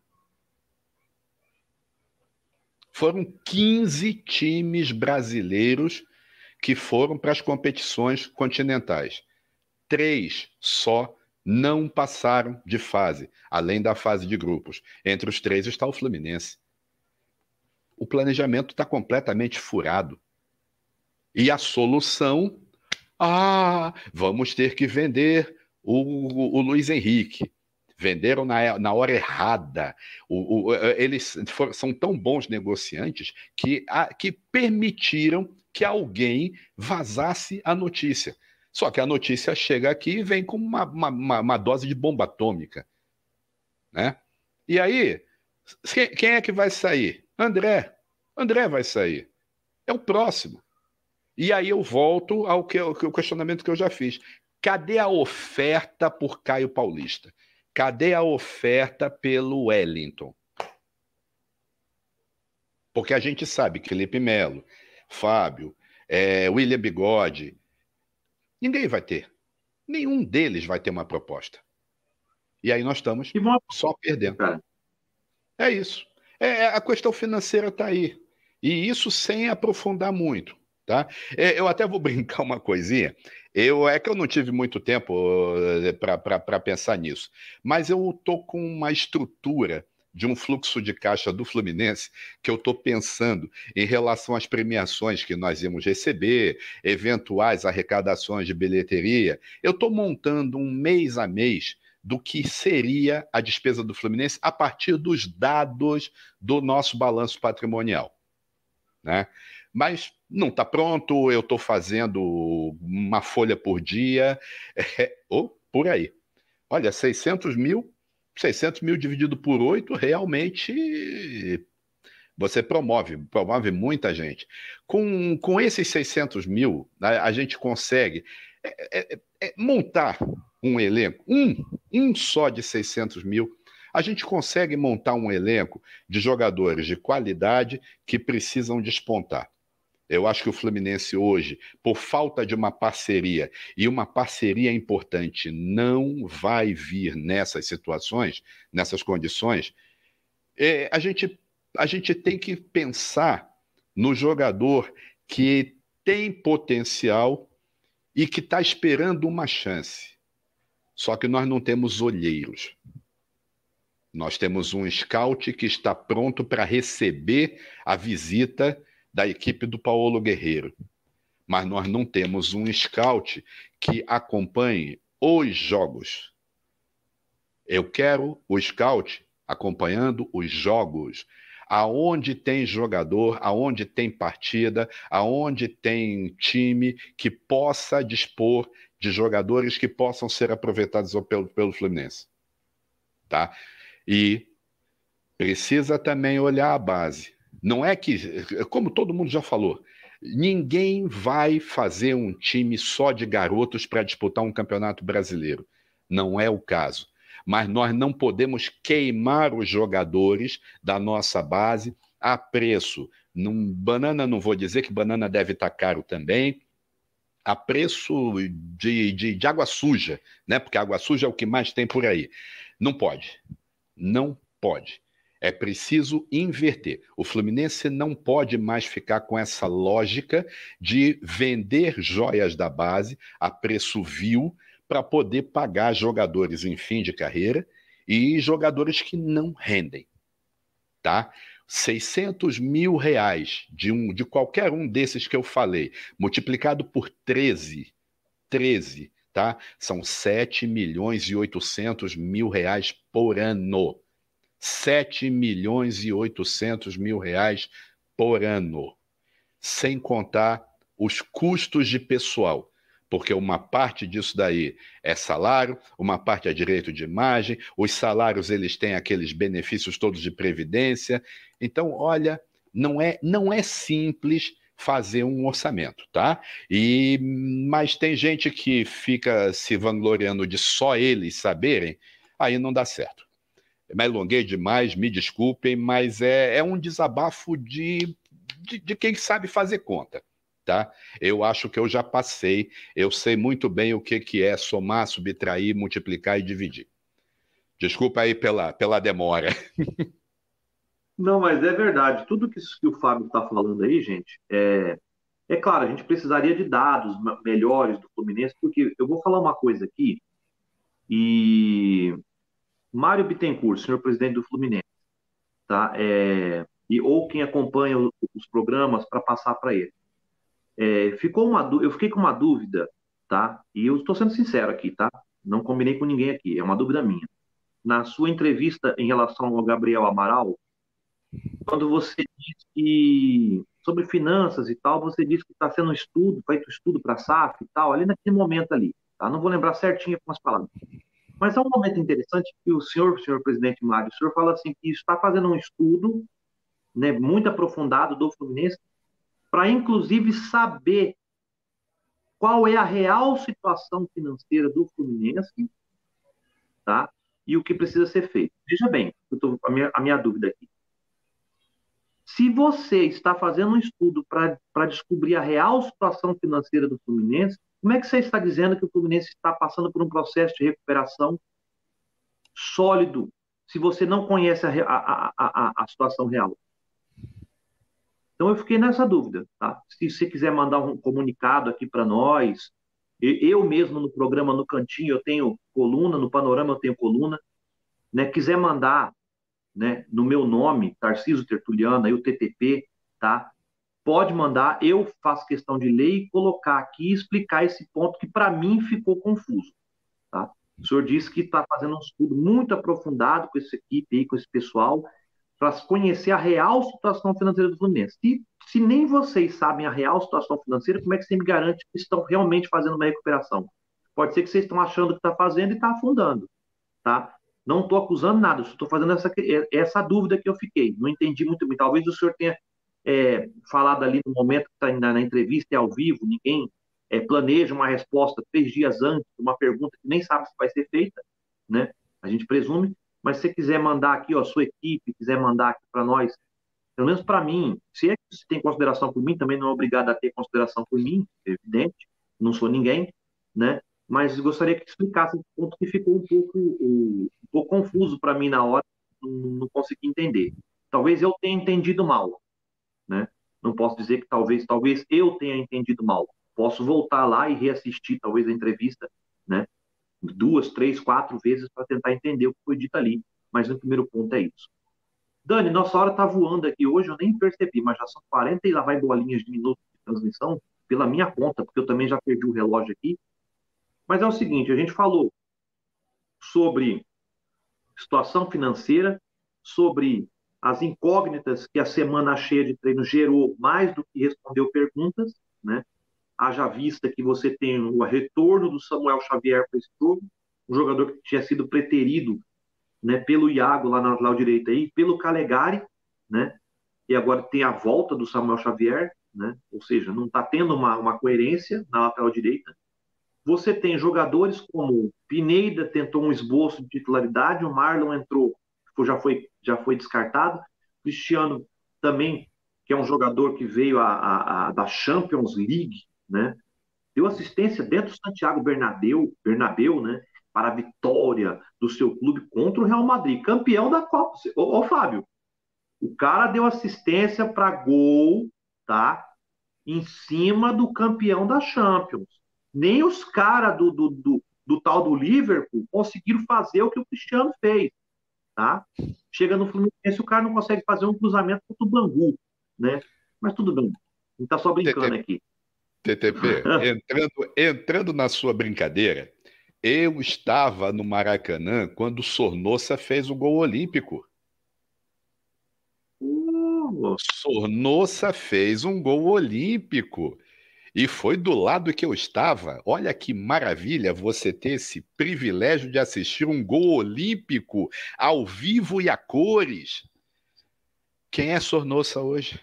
Foram 15 times brasileiros que foram para as competições continentais. 3 só não passaram de fase, além da fase de grupos. Entre os 3 está o Fluminense. O planejamento está completamente furado. E a solução, vamos ter que vender o Luiz Henrique. Venderam na hora errada. Eles são tão bons negociantes que permitiram que alguém vazasse a notícia. Só que a notícia chega aqui e vem com uma dose de bomba atômica, né? E aí, quem é que vai sair? André vai sair. É o próximo. E aí eu volto ao questionamento que eu já fiz. Cadê a oferta por Caio Paulista? Cadê a oferta pelo Wellington? Porque a gente sabe que Felipe Melo, Fábio, William Bigode, ninguém vai ter. Nenhum deles vai ter uma proposta. E aí nós estamos só perdendo. É isso. A questão financeira está aí. E isso sem aprofundar muito. Tá? Eu até vou brincar uma coisinha. É que eu não tive muito tempo para pensar nisso. Mas eu estou com uma estrutura de um fluxo de caixa do Fluminense que eu estou pensando em relação às premiações que nós íamos receber, eventuais arrecadações de bilheteria. Eu estou montando um mês a mês do que seria a despesa do Fluminense a partir dos dados do nosso balanço patrimonial, né? Mas não está pronto, eu estou fazendo uma folha por dia, ou por aí. Olha, 600 mil dividido por 8, realmente você promove muita gente. Com esses 600 mil, a gente consegue montar um elenco, um só de 600 mil, a gente consegue montar um elenco de jogadores de qualidade que precisam despontar. Eu acho que o Fluminense hoje, por falta de uma parceria, e uma parceria importante, não vai vir nessas situações, nessas condições, a gente tem que pensar no jogador que tem potencial e que está esperando uma chance. Só que nós não temos olheiros. Nós temos um scout que está pronto para receber a visita da equipe do Paulo Guerreiro. Mas nós não temos um scout que acompanhe os jogos. Eu quero o scout acompanhando os jogos. Aonde tem jogador, aonde tem partida, aonde tem time que possa dispor de jogadores que possam ser aproveitados pelo Fluminense. Tá? E precisa também olhar a base. Não é que, como todo mundo já falou, ninguém vai fazer um time só de garotos para disputar um campeonato brasileiro. Não é o caso. Mas nós não podemos queimar os jogadores da nossa base a preço. Banana, não vou dizer que banana deve estar caro também, a preço de água suja, né? Porque água suja é o que mais tem por aí. Não pode. Não pode. É preciso inverter. O Fluminense não pode mais ficar com essa lógica de vender joias da base a preço vil para poder pagar jogadores em fim de carreira e jogadores que não rendem. Tá? 600 mil reais de qualquer um desses que eu falei, multiplicado por 13, tá? São 7 milhões e 800 mil reais por ano. 7 milhões e 800 mil reais por ano. Sem contar os custos de pessoal. Porque uma parte disso daí é salário, uma parte é direito de imagem, os salários eles têm aqueles benefícios todos de previdência. Então, olha, não é simples fazer um orçamento, tá? Mas tem gente que fica se vangloriando de só eles saberem, aí não dá certo. Me alonguei demais, me desculpem, mas é um desabafo de quem sabe fazer conta. Tá? Eu acho que eu já passei, eu sei muito bem o que é somar, subtrair, multiplicar e dividir. Desculpa aí pela demora. Não, mas é verdade. Tudo que o Fábio está falando aí, gente, é claro, a gente precisaria de dados melhores do Fluminense, porque eu vou falar uma coisa aqui, e Mário Bittencourt, senhor presidente do Fluminense, tá? Ou quem acompanha os programas para passar para ele. Eu fiquei com uma dúvida, tá? E eu estou sendo sincero aqui, tá? Não combinei com ninguém aqui, é uma dúvida minha. Na sua entrevista em relação ao Gabriel Amaral, quando você disse que sobre finanças e tal, você disse que está sendo feito estudo para a SAF e tal, ali naquele momento ali, tá? Não vou lembrar certinho com as palavras. Mas há um momento interessante que o senhor presidente Mário, o senhor fala assim que está fazendo um estudo, né, muito aprofundado do Fluminense, para inclusive saber qual é a real situação financeira do Fluminense, tá? E o que precisa ser feito. Veja bem, a minha dúvida aqui. Se você está fazendo um estudo para descobrir a real situação financeira do Fluminense, como é que você está dizendo que o Fluminense está passando por um processo de recuperação sólido, se você não conhece a situação real? Então eu fiquei nessa dúvida, tá? Se você quiser mandar um comunicado aqui para nós, eu mesmo no programa No Cantinho eu tenho coluna, no Panorama eu tenho coluna, né? Quiser mandar, né, no meu nome, Tarcísio Tertuliano, aí o TTP, tá? Pode mandar, eu faço questão de ler e colocar aqui e explicar esse ponto que para mim ficou confuso, tá? O senhor disse que está fazendo um estudo muito aprofundado com essa equipe aí, com esse pessoal, para conhecer a real situação financeira do Fluminense. Se nem vocês sabem a real situação financeira, como é que você me garante que estão realmente fazendo uma recuperação? Pode ser que vocês estão achando que está fazendo e está afundando. tá? Não estou acusando nada, estou fazendo essa dúvida que eu fiquei. Não entendi muito bem. Talvez o senhor tenha falado ali no momento que está na entrevista, é ao vivo, ninguém planeja uma resposta 3 dias antes, uma pergunta que nem sabe se vai ser feita, né? A gente presume, mas se você quiser mandar aqui, ó, sua equipe, quiser mandar aqui para nós, pelo menos para mim, se é que você tem consideração por mim, também não é obrigado a ter consideração por mim, é evidente, não sou ninguém, né? Mas gostaria que explicasse esse ponto que ficou um pouco confuso para mim na hora, não consegui entender. Talvez eu tenha entendido mal, né? Não posso dizer que talvez eu tenha entendido mal. Posso voltar lá e reassistir talvez a entrevista, né? 2, 3, 4 vezes para tentar entender o que foi dito ali. Mas no primeiro ponto é isso. Dani, nossa hora está voando aqui hoje, eu nem percebi, mas já são 40 e lá vai bolinhas de minutos de transmissão, pela minha conta, porque eu também já perdi o relógio aqui. Mas é o seguinte, a gente falou sobre situação financeira, sobre as incógnitas que a semana cheia de treino gerou mais do que respondeu perguntas, né? Haja vista que você tem o retorno do Samuel Xavier para esse jogo, um jogador que tinha sido preterido, né, pelo Iago lá na lateral direita aí, pelo Calegari, né? E agora tem a volta do Samuel Xavier, né? Ou seja, não está tendo uma coerência na lateral direita. Você tem jogadores como Pineda tentou um esboço de titularidade, o Marlon entrou, já foi descartado. Cristiano também, que é um jogador que veio da Champions League, né? Deu assistência dentro do Santiago Bernabéu, né? Para a vitória do seu clube contra o Real Madrid, campeão da Copa. Ô, Fábio, o cara deu assistência para gol, tá? Em cima do campeão da Champions. Nem os caras do tal do Liverpool conseguiram fazer o que o Cristiano fez, tá? Chega no Fluminense, o cara não consegue fazer um cruzamento contra o Bangu, né? Mas tudo bem, a gente tá só brincando aqui. TTP, entrando na sua brincadeira, eu estava no Maracanã quando o Sornosa fez o gol olímpico. Sornosa fez um gol olímpico. E foi do lado que eu estava. Olha que maravilha você ter esse privilégio de assistir um gol olímpico ao vivo e a cores. Quem é Sornosa hoje?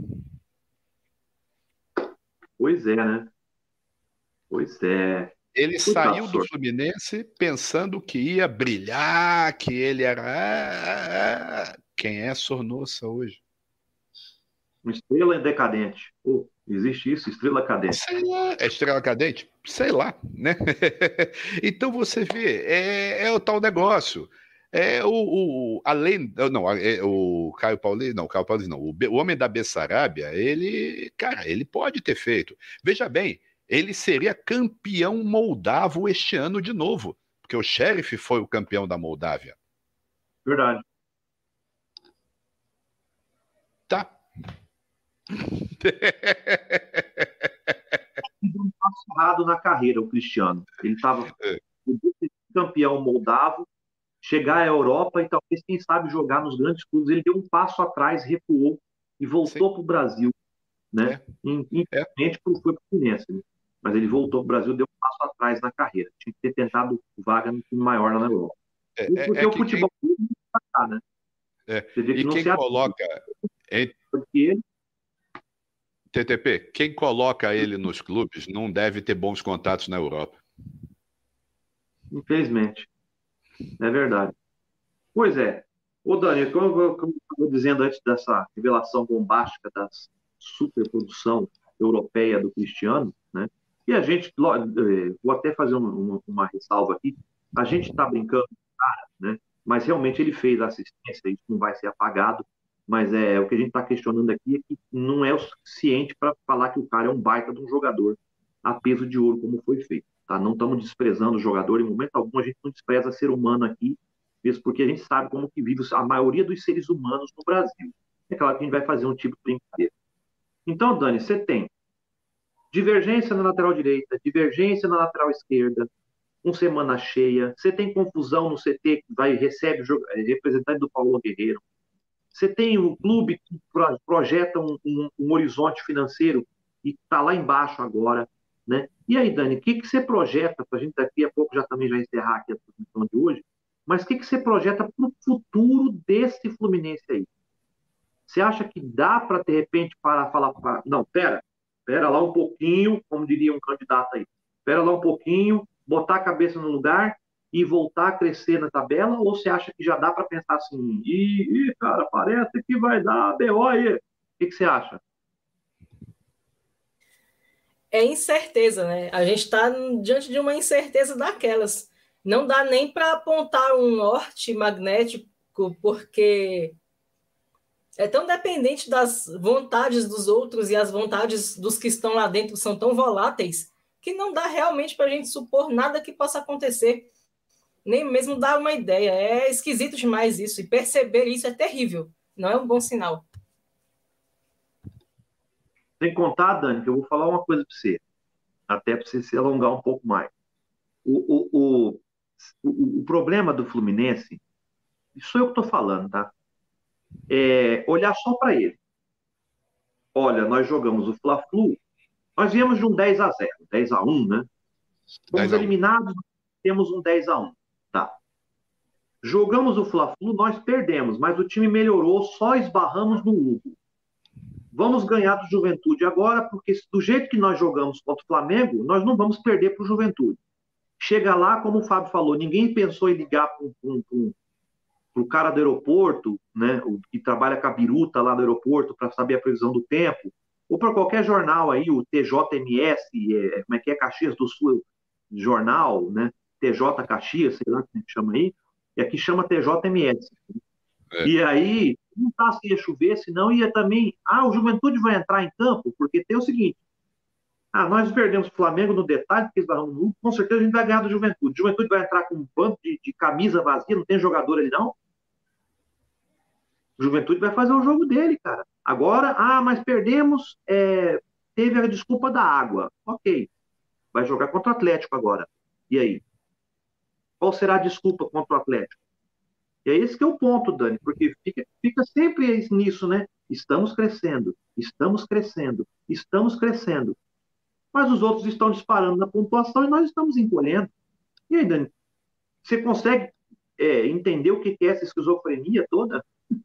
Pois é, né? Pois é. Ele saiu do Fluminense pensando que ia brilhar, que ele era... Quem é Sornosa hoje? Uma estrela decadente. Existe isso? Estrela cadente? Sei lá. É estrela cadente? Sei lá, né? Então você vê, é o tal negócio. Além, não, o Caio Paulista, não, o homem da Bessarabia, cara, ele pode ter feito. Veja bem, ele seria campeão moldavo este ano de novo, porque o Sheriff foi o campeão da Moldávia. Verdade. Tá. Um passo errado na carreira, o Cristiano. Ele estava campeão moldavo, chegar à Europa e talvez, quem sabe, jogar nos grandes clubes. Ele deu um passo atrás, recuou e voltou para o Brasil, né? Infelizmente, foi para o Fluminense, né? Mas ele voltou para o Brasil, deu um passo atrás na carreira. Tinha que ter tentado vaga no time maior lá na Europa. Porque o futebol não está, né? E quem coloca... TTP, quem coloca ele nos clubes não deve ter bons contatos na Europa. Infelizmente. É verdade. Pois é. Ô, Dani, como eu estava dizendo antes dessa revelação bombástica da superprodução europeia do Cristiano, né? E a gente, vou até fazer uma ressalva aqui, a gente está brincando com o cara, né? Mas realmente ele fez assistência, isso não vai ser apagado, mas o que a gente está questionando aqui é que não é o suficiente para falar que o cara é um baita de um jogador a peso de ouro, como foi feito. Tá? Não estamos desprezando o jogador, em momento algum a gente não despreza ser humano aqui, mesmo porque a gente sabe como que vive a maioria dos seres humanos no Brasil. É claro que a gente vai fazer um tipo de brincadeira. Então, Dani, você tem divergência na lateral direita, divergência na lateral esquerda, com semana cheia, você tem confusão no CT que recebe representante do Paulo Guerreiro, você tem um clube que projeta um horizonte financeiro e está lá embaixo agora, né? E aí, Dani, o que você projeta para a gente daqui a pouco já encerrar aqui a transmissão de hoje? mas o que você projeta para o futuro desse Fluminense aí? Você acha que dá para, de repente, parar e falar, não, pera lá um pouquinho, como diria um candidato aí, pera lá um pouquinho, botar a cabeça no lugar e voltar a crescer na tabela, ou você acha que já dá para pensar assim, cara, parece que vai dar BO aí. O que você acha? É incerteza, né? A gente está diante de uma incerteza daquelas. Não dá nem para apontar um norte magnético, porque é tão dependente das vontades dos outros e as vontades dos que estão lá dentro são tão voláteis que não dá realmente para a gente supor nada que possa acontecer, nem mesmo dar uma ideia. É esquisito demais isso, e perceber isso é terrível, não é um bom sinal. Sem contar, Dani, que eu vou falar uma coisa para você, até para você se alongar um pouco mais. O problema do Fluminense, isso sou eu que estou falando, tá? É olhar só para ele. Olha, nós jogamos o Fla-Flu, nós viemos de um 10-0, 10-1, né? Fomos eliminados, temos um 10-1. Tá. Jogamos o Fla-Flu, nós perdemos, mas o time melhorou, só esbarramos no Hugo. Vamos ganhar do Juventude agora, porque do jeito que nós jogamos contra o Flamengo, nós não vamos perder para o Juventude. Chega lá, como o Fábio falou, ninguém pensou em ligar para o cara do aeroporto, né, o que trabalha com a biruta lá no aeroporto para saber a previsão do tempo, ou para qualquer jornal aí, o TJMS, como é que é, Caxias do Sul Jornal, né, TJ Caxias, sei lá como é que chama aí, e aqui chama TJMS. E aí, não tá se ia chover, senão ia também, o Juventude vai entrar em campo, porque tem o seguinte, nós perdemos o Flamengo no detalhe, porque esbarramos no com certeza a gente vai ganhar do Juventude. O Juventude vai entrar com um bando de camisa vazia, não tem jogador ali não. O Juventude vai fazer o jogo dele, cara. Agora, mas perdemos, teve a desculpa da água. Ok, vai jogar contra o Atlético agora. E aí? Qual será a desculpa contra o Atlético? E é esse que é o ponto, Dani, porque fica sempre nisso, né? Estamos crescendo, estamos crescendo, estamos crescendo. Mas os outros estão disparando na pontuação e nós estamos encolhendo. E aí, Dani, você consegue entender o que é essa esquizofrenia toda?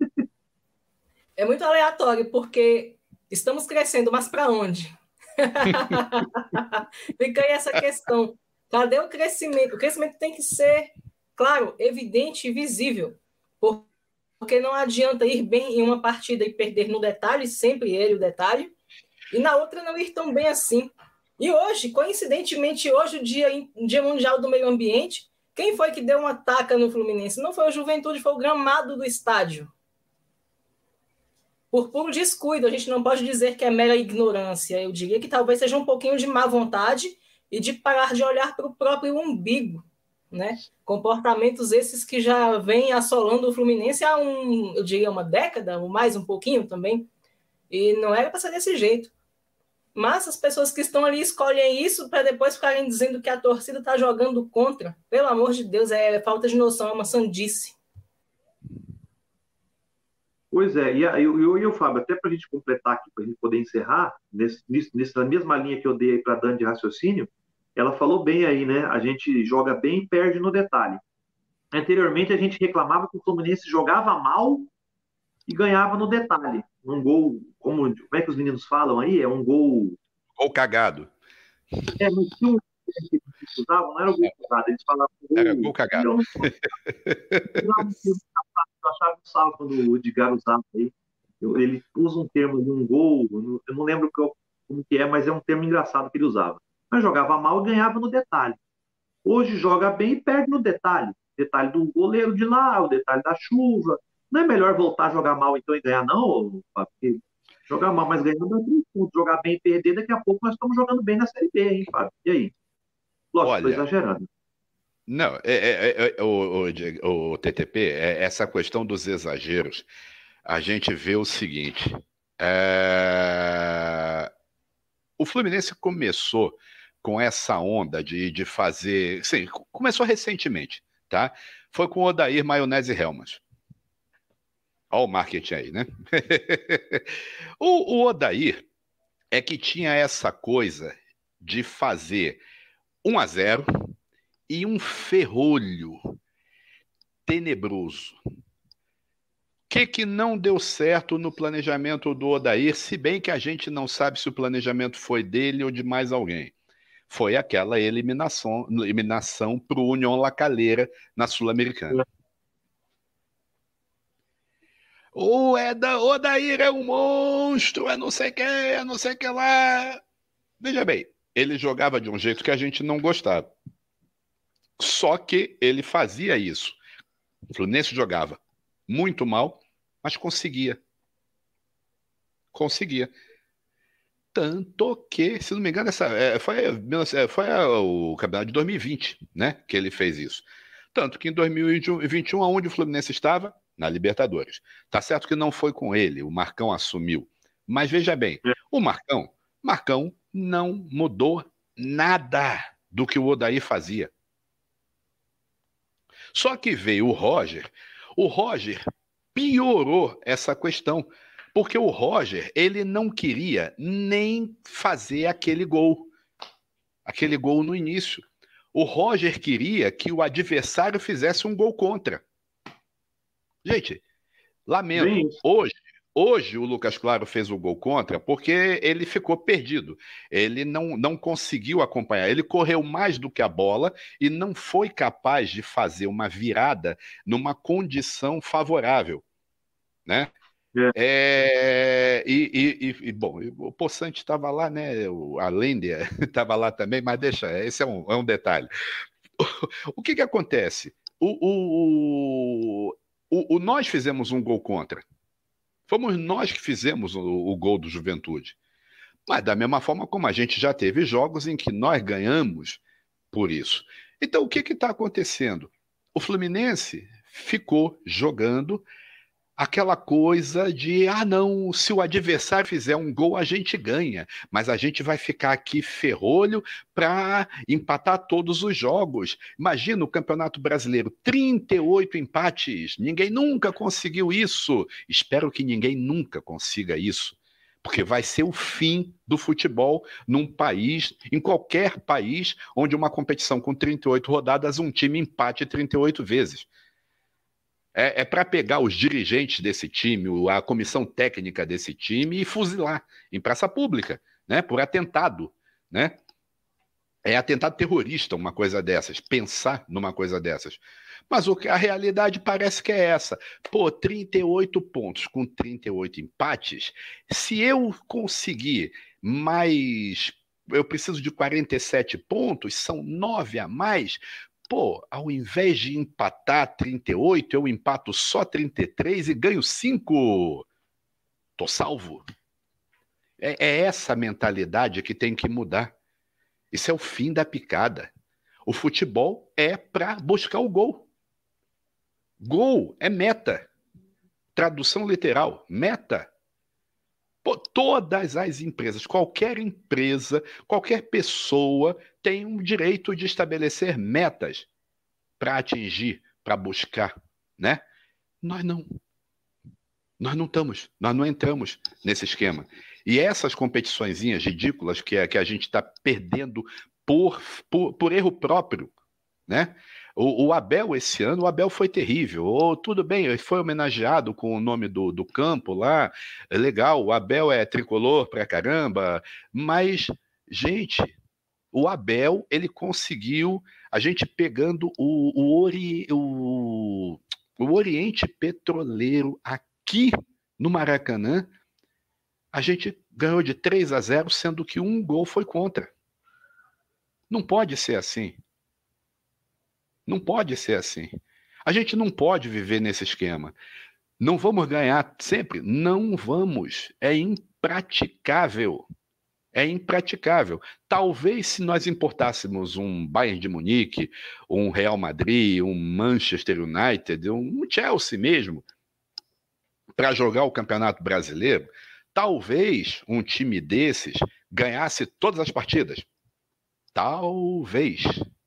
É muito aleatório, porque estamos crescendo, mas para onde? Fica aí essa questão. Cadê o crescimento? O crescimento tem que ser, claro, evidente e visível, porque não adianta ir bem em uma partida e perder no detalhe, sempre ele o detalhe, e na outra não ir tão bem assim. E hoje, coincidentemente, hoje, o Dia Mundial do Meio Ambiente, quem foi que deu uma taca no Fluminense? Não foi o Juventude, foi o gramado do estádio. Por puro descuido, a gente não pode dizer que é mera ignorância. Eu diria que talvez seja um pouquinho de má vontade e de parar de olhar para o próprio umbigo, né? Comportamentos esses que já vêm assolando o Fluminense há eu diria, uma década, ou mais um pouquinho também, e não era para ser desse jeito. Mas as pessoas que estão ali escolhem isso para depois ficarem dizendo que a torcida está jogando contra. Pelo amor de Deus, é falta de noção, é uma sandice. Pois é, e o Fábio, até para a gente completar aqui, para a gente poder encerrar, nessa mesma linha que eu dei para a Dani de raciocínio, ela falou bem aí, né? A gente joga bem e perde no detalhe. Anteriormente, a gente reclamava que o Fluminense jogava mal e ganhava no detalhe. Um gol, como é que os meninos falam aí? É um gol... Gol cagado. Mas que eles usavam, não era o gol cagado, eles falavam gol... Era gol cagado. Eu achava um salvo quando o Edgar usava aí. Ele usa um termo de um gol, eu não lembro como que é, mas é um termo engraçado que ele usava. Mas jogava mal e ganhava no detalhe. Hoje joga bem e perde no detalhe. Detalhe do goleiro de lá, o detalhe da chuva. Não é melhor voltar a jogar mal então e ganhar, não? Porque jogar mal, mas ganhando dá 3 pontos. Jogar bem e perder, daqui a pouco nós estamos jogando bem na Série B, hein, Fábio? E aí? Lógico, estou exagerando. Não, o TTP, essa questão dos exageros, a gente vê o seguinte, o Fluminense começou com essa onda de fazer, sim, começou recentemente, tá? Foi com o Odair Maionese Helmas. Olha o marketing aí, né? O Odair é que tinha essa coisa de fazer 1-0 e um ferrolho tenebroso. O que não deu certo no planejamento do Odair, se bem que a gente não sabe se o planejamento foi dele ou de mais alguém? Foi aquela eliminação para o União La Calera na Sul-Americana. O Odair é um monstro, é não sei o que, é não sei o que lá. Veja bem, ele jogava de um jeito que a gente não gostava. Só que ele fazia isso. O Fluminense jogava muito mal, mas conseguia. Conseguia. Tanto que, se não me engano, foi o campeonato de 2020, né, que ele fez isso. Tanto que em 2021, aonde o Fluminense estava? Na Libertadores. Tá certo que não foi com ele, o Marcão assumiu. Mas veja bem, o Marcão não mudou nada do que o Odair fazia. Só que veio o Roger piorou essa questão, porque o Roger, ele não queria nem fazer aquele gol no início. O Roger queria que o adversário fizesse um gol contra. Gente, lamento, hoje o Lucas Claro fez o gol contra porque ele ficou perdido. Ele não conseguiu acompanhar. Ele correu mais do que a bola e não foi capaz de fazer uma virada numa condição favorável, né? Bom, o Poçante estava lá, né? A Lender estava lá também, mas deixa, esse é um detalhe. O que acontece? Nós fizemos um gol contra. Fomos nós que fizemos o gol do Juventude. Mas da mesma forma como a gente já teve jogos em que nós ganhamos por isso. Então, o que está acontecendo? O Fluminense ficou jogando aquela coisa de, não, se o adversário fizer um gol, a gente ganha, mas a gente vai ficar aqui ferrolho para empatar todos os jogos. Imagina o Campeonato Brasileiro, 38 empates, ninguém nunca conseguiu isso. Espero que ninguém nunca consiga isso, porque vai ser o fim do futebol num país, em qualquer país, onde uma competição com 38 rodadas, um time empate 38 vezes. É para pegar os dirigentes desse time, a comissão técnica desse time e fuzilar em praça pública, né, por atentado, né? É atentado terrorista uma coisa dessas, pensar numa coisa dessas. Mas a realidade parece que é essa. 38 pontos com 38 empates, se eu conseguir mais... Eu preciso de 47 pontos, são 9 a mais... ao invés de empatar 38, eu empato só 33 e ganho 5. Tô salvo. É essa mentalidade que tem que mudar. Isso é o fim da picada. O futebol é para buscar o gol. Gol é meta. Tradução literal, meta. Todas as empresas, qualquer empresa, qualquer pessoa tem um direito de estabelecer metas para atingir, para buscar, né? Nós não entramos nesse esquema. E essas competiçõezinhas ridículas que a gente está perdendo por erro próprio, né? O Abel, esse ano, o Abel foi terrível. Tudo bem, ele foi homenageado com o nome do campo lá, é legal, o Abel é tricolor pra caramba, mas, gente, o Abel, ele conseguiu, a gente pegando o Oriente Petroleiro aqui no Maracanã, a gente ganhou de 3-0, sendo que um gol foi contra. Não pode ser assim. Não pode ser assim. A gente não pode viver nesse esquema. Não vamos ganhar sempre? Não vamos. É impraticável. É impraticável. Talvez se nós importássemos um Bayern de Munique, um Real Madrid, um Manchester United, um Chelsea mesmo, para jogar o Campeonato Brasileiro, talvez um time desses ganhasse todas as partidas. Talvez.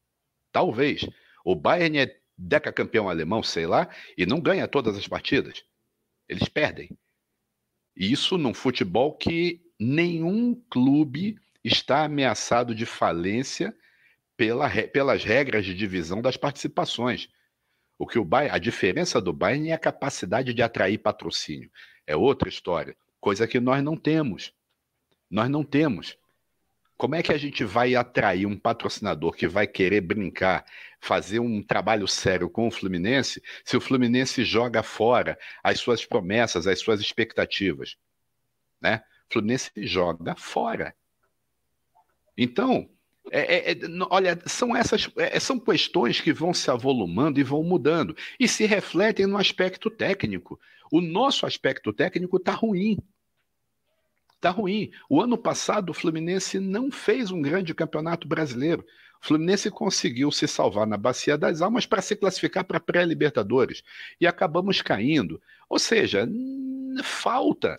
O Bayern é decacampeão alemão, sei lá, e não ganha todas as partidas. Eles perdem. E isso num futebol que nenhum clube está ameaçado de falência pelas regras de divisão das participações. A diferença do Bayern é a capacidade de atrair patrocínio. É outra história, coisa que nós não temos. Nós não temos. Como é que a gente vai atrair um patrocinador que vai querer brincar, fazer um trabalho sério com o Fluminense, se o Fluminense joga fora as suas promessas, as suas expectativas? Né? O Fluminense joga fora. Então, olha, são questões que vão se avolumando e vão mudando e se refletem no aspecto técnico. O nosso aspecto técnico está ruim. Está ruim. O ano passado o Fluminense não fez um grande campeonato brasileiro. O Fluminense conseguiu se salvar na Bacia das Almas para se classificar para pré-Libertadores e acabamos caindo. Ou seja, falta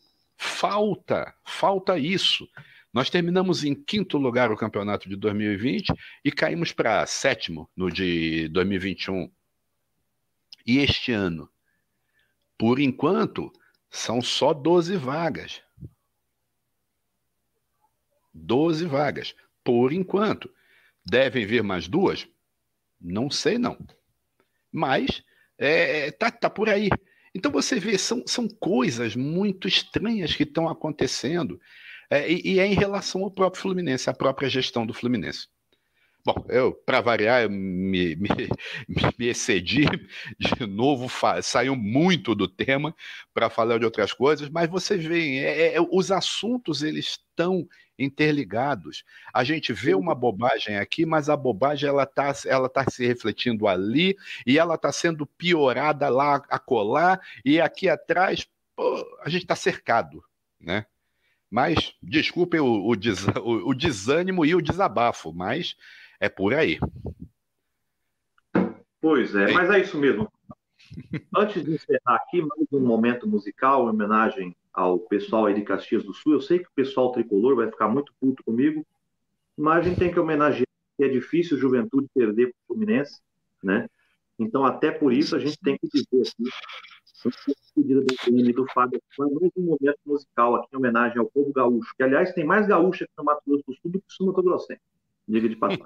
isso. Nós terminamos em 5º lugar o campeonato de 2020 e caímos para 7º no de 2021. E este ano, por enquanto, são só 12 vagas. 12 vagas, por enquanto. Devem vir mais 2? Não sei, não. Mas tá por aí. Então você vê, são coisas muito estranhas que estão acontecendo e é em relação ao próprio Fluminense, à própria gestão do Fluminense. Bom, para variar, eu me excedi de novo, saiu muito do tema para falar de outras coisas, mas você vê, os assuntos eles estão interligados. A gente vê uma bobagem aqui, mas a bobagem ela tá se refletindo ali e ela está sendo piorada lá, acolá, e aqui atrás, a gente está cercado, né? Mas, desculpem o desânimo e o desabafo, mas é por aí. Pois é, mas é isso mesmo. Antes de encerrar aqui, mais um momento musical em homenagem ao pessoal aí de Caxias do Sul. Eu sei que o pessoal tricolor vai ficar muito puto comigo, mas a gente tem que homenagear, que é difícil o Juventude perder para o Fluminense, né? Então, até por isso, a gente tem que dizer aqui, pedido do PM do Fábio, mais um momento musical aqui em homenagem ao povo gaúcho, que, aliás, tem mais gaúcha aqui no Mato Grosso do Sul do que Sul Mato Grossense, diga de passagem.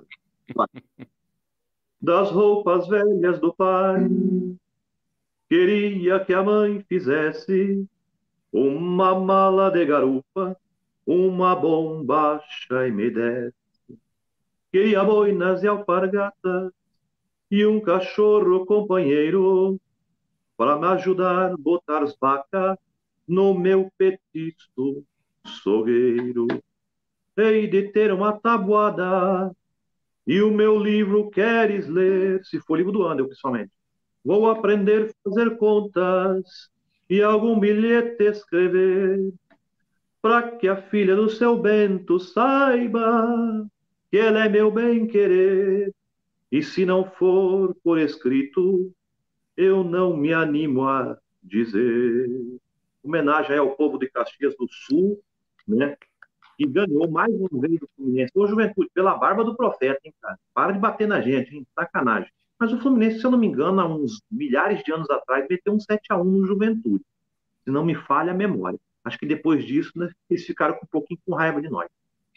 Das roupas velhas do pai, queria que a mãe fizesse uma mala de garupa, uma bombacha e me desse. Queria boinas e alpargatas e um cachorro companheiro para me ajudar a botar as vacas no meu petiço sogueiro. Hei de ter uma tabuada e o meu livro queres ler, se for livro do Andel, principalmente. Vou aprender a fazer contas e algum bilhete escrever, para que a filha do seu Bento saiba que ela é meu bem-querer. E se não for por escrito, eu não me animo a dizer. Homenagem ao povo de Caxias do Sul, né? Que ganhou mais um vez do Fluminense. Ô, Juventude, pela barba do profeta, hein, cara? Para de bater na gente, hein? Sacanagem. Mas o Fluminense, se eu não me engano, há uns milhares de anos atrás, meteu um 7-1 no Juventude. Se não me falha a memória. Acho que depois disso, né, eles ficaram um pouquinho com raiva de nós.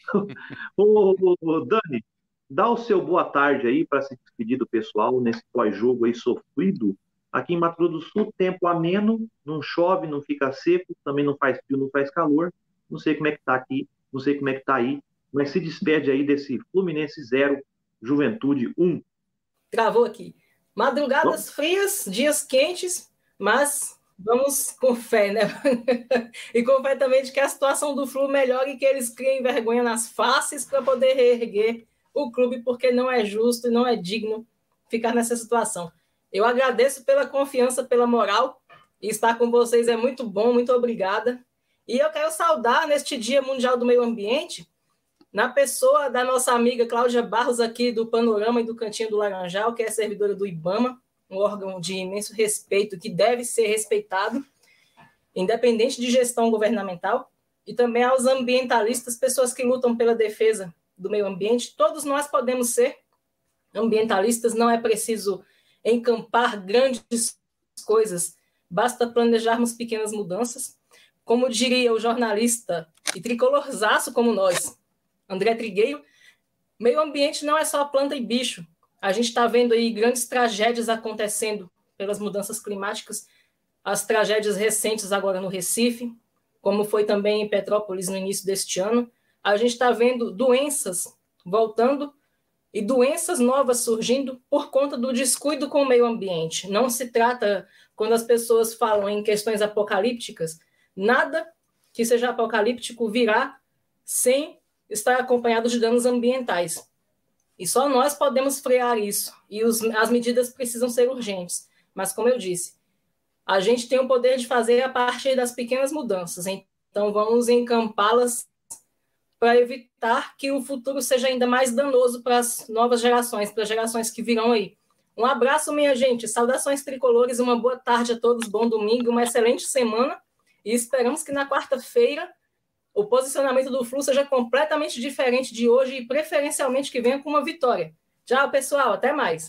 Ô, Dani, dá o seu boa tarde aí para se despedir do pessoal nesse pós-jogo aí sofrido. Aqui em Mato Grosso do Sul, tempo ameno, não chove, não fica seco, também não faz frio, não faz calor. Não sei como é que tá aqui, não sei como é que tá aí, mas se despede aí desse Fluminense 0, Juventude 1. Travou aqui. Madrugadas frias, dias quentes, mas vamos com fé, né? E com fé também de que a situação do Flu melhore e que eles criem vergonha nas faces para poder reerguer o clube, porque não é justo e não é digno ficar nessa situação. Eu agradeço pela confiança, pela moral, e estar com vocês é muito bom, muito obrigada. E eu quero saudar neste Dia Mundial do Meio Ambiente, na pessoa da nossa amiga Cláudia Barros, aqui do Panorama e do Cantinho do Laranjal, que é servidora do IBAMA, um órgão de imenso respeito que deve ser respeitado, independente de gestão governamental, e também aos ambientalistas, pessoas que lutam pela defesa do meio ambiente. Todos nós podemos ser ambientalistas, não é preciso encampar grandes coisas, basta planejarmos pequenas mudanças. Como diria o jornalista e tricolorzaço como nós, André Trigueiro, meio ambiente não é só planta e bicho, A gente está vendo aí grandes tragédias acontecendo pelas mudanças climáticas, as tragédias recentes agora no Recife, como foi também em Petrópolis no início deste ano. A gente está vendo doenças voltando e doenças novas surgindo por conta do descuido com o meio ambiente. Não se trata, quando as pessoas falam em questões apocalípticas, nada que seja apocalíptico virá sem estar acompanhado de danos ambientais. E só nós podemos frear isso. E as medidas precisam ser urgentes. Mas, como eu disse, a gente tem o poder de fazer a partir das pequenas mudanças. Então, vamos encampá-las para evitar que o futuro seja ainda mais danoso para as novas gerações, para as gerações que virão aí. Um abraço, minha gente. Saudações tricolores. Uma boa tarde a todos. Bom domingo. Uma excelente semana. E esperamos que na quarta-feira o posicionamento do Flu seja completamente diferente de hoje e preferencialmente que venha com uma vitória. Tchau, pessoal. Até mais.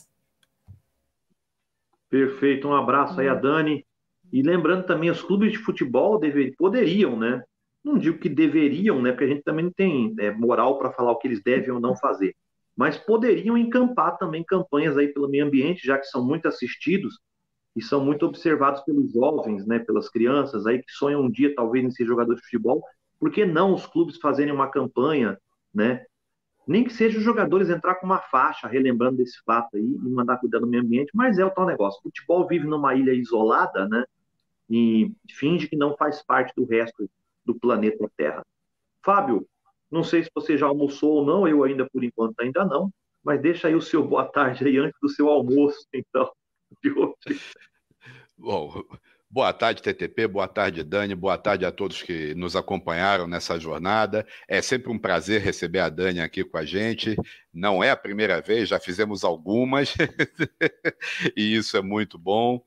Perfeito. Um abraço aí a Dani. E lembrando também, os clubes de futebol poderiam, né? Não digo que deveriam, né? Porque a gente também não tem moral para falar o que eles devem ou não fazer. Mas poderiam encampar também campanhas aí pelo meio ambiente, já que são muito assistidos e são muito observados pelos jovens, né? Pelas crianças aí que sonham um dia talvez em ser jogador de futebol. Por que não os clubes fazerem uma campanha, né? Nem que seja os jogadores entrar com uma faixa, relembrando desse fato aí, e mandar cuidar do meio ambiente, mas é o tal negócio. O futebol vive numa ilha isolada, né? E finge que não faz parte do resto do planeta Terra. Fábio, não sei se você já almoçou ou não, eu ainda, por enquanto, ainda não, mas deixa aí o seu boa tarde aí antes do seu almoço, então, de hoje. Bom, boa tarde, TTP, boa tarde, Dani, boa tarde a todos que nos acompanharam nessa jornada. É sempre um prazer receber a Dani aqui com a gente. Não é a primeira vez, já fizemos algumas, e isso é muito bom.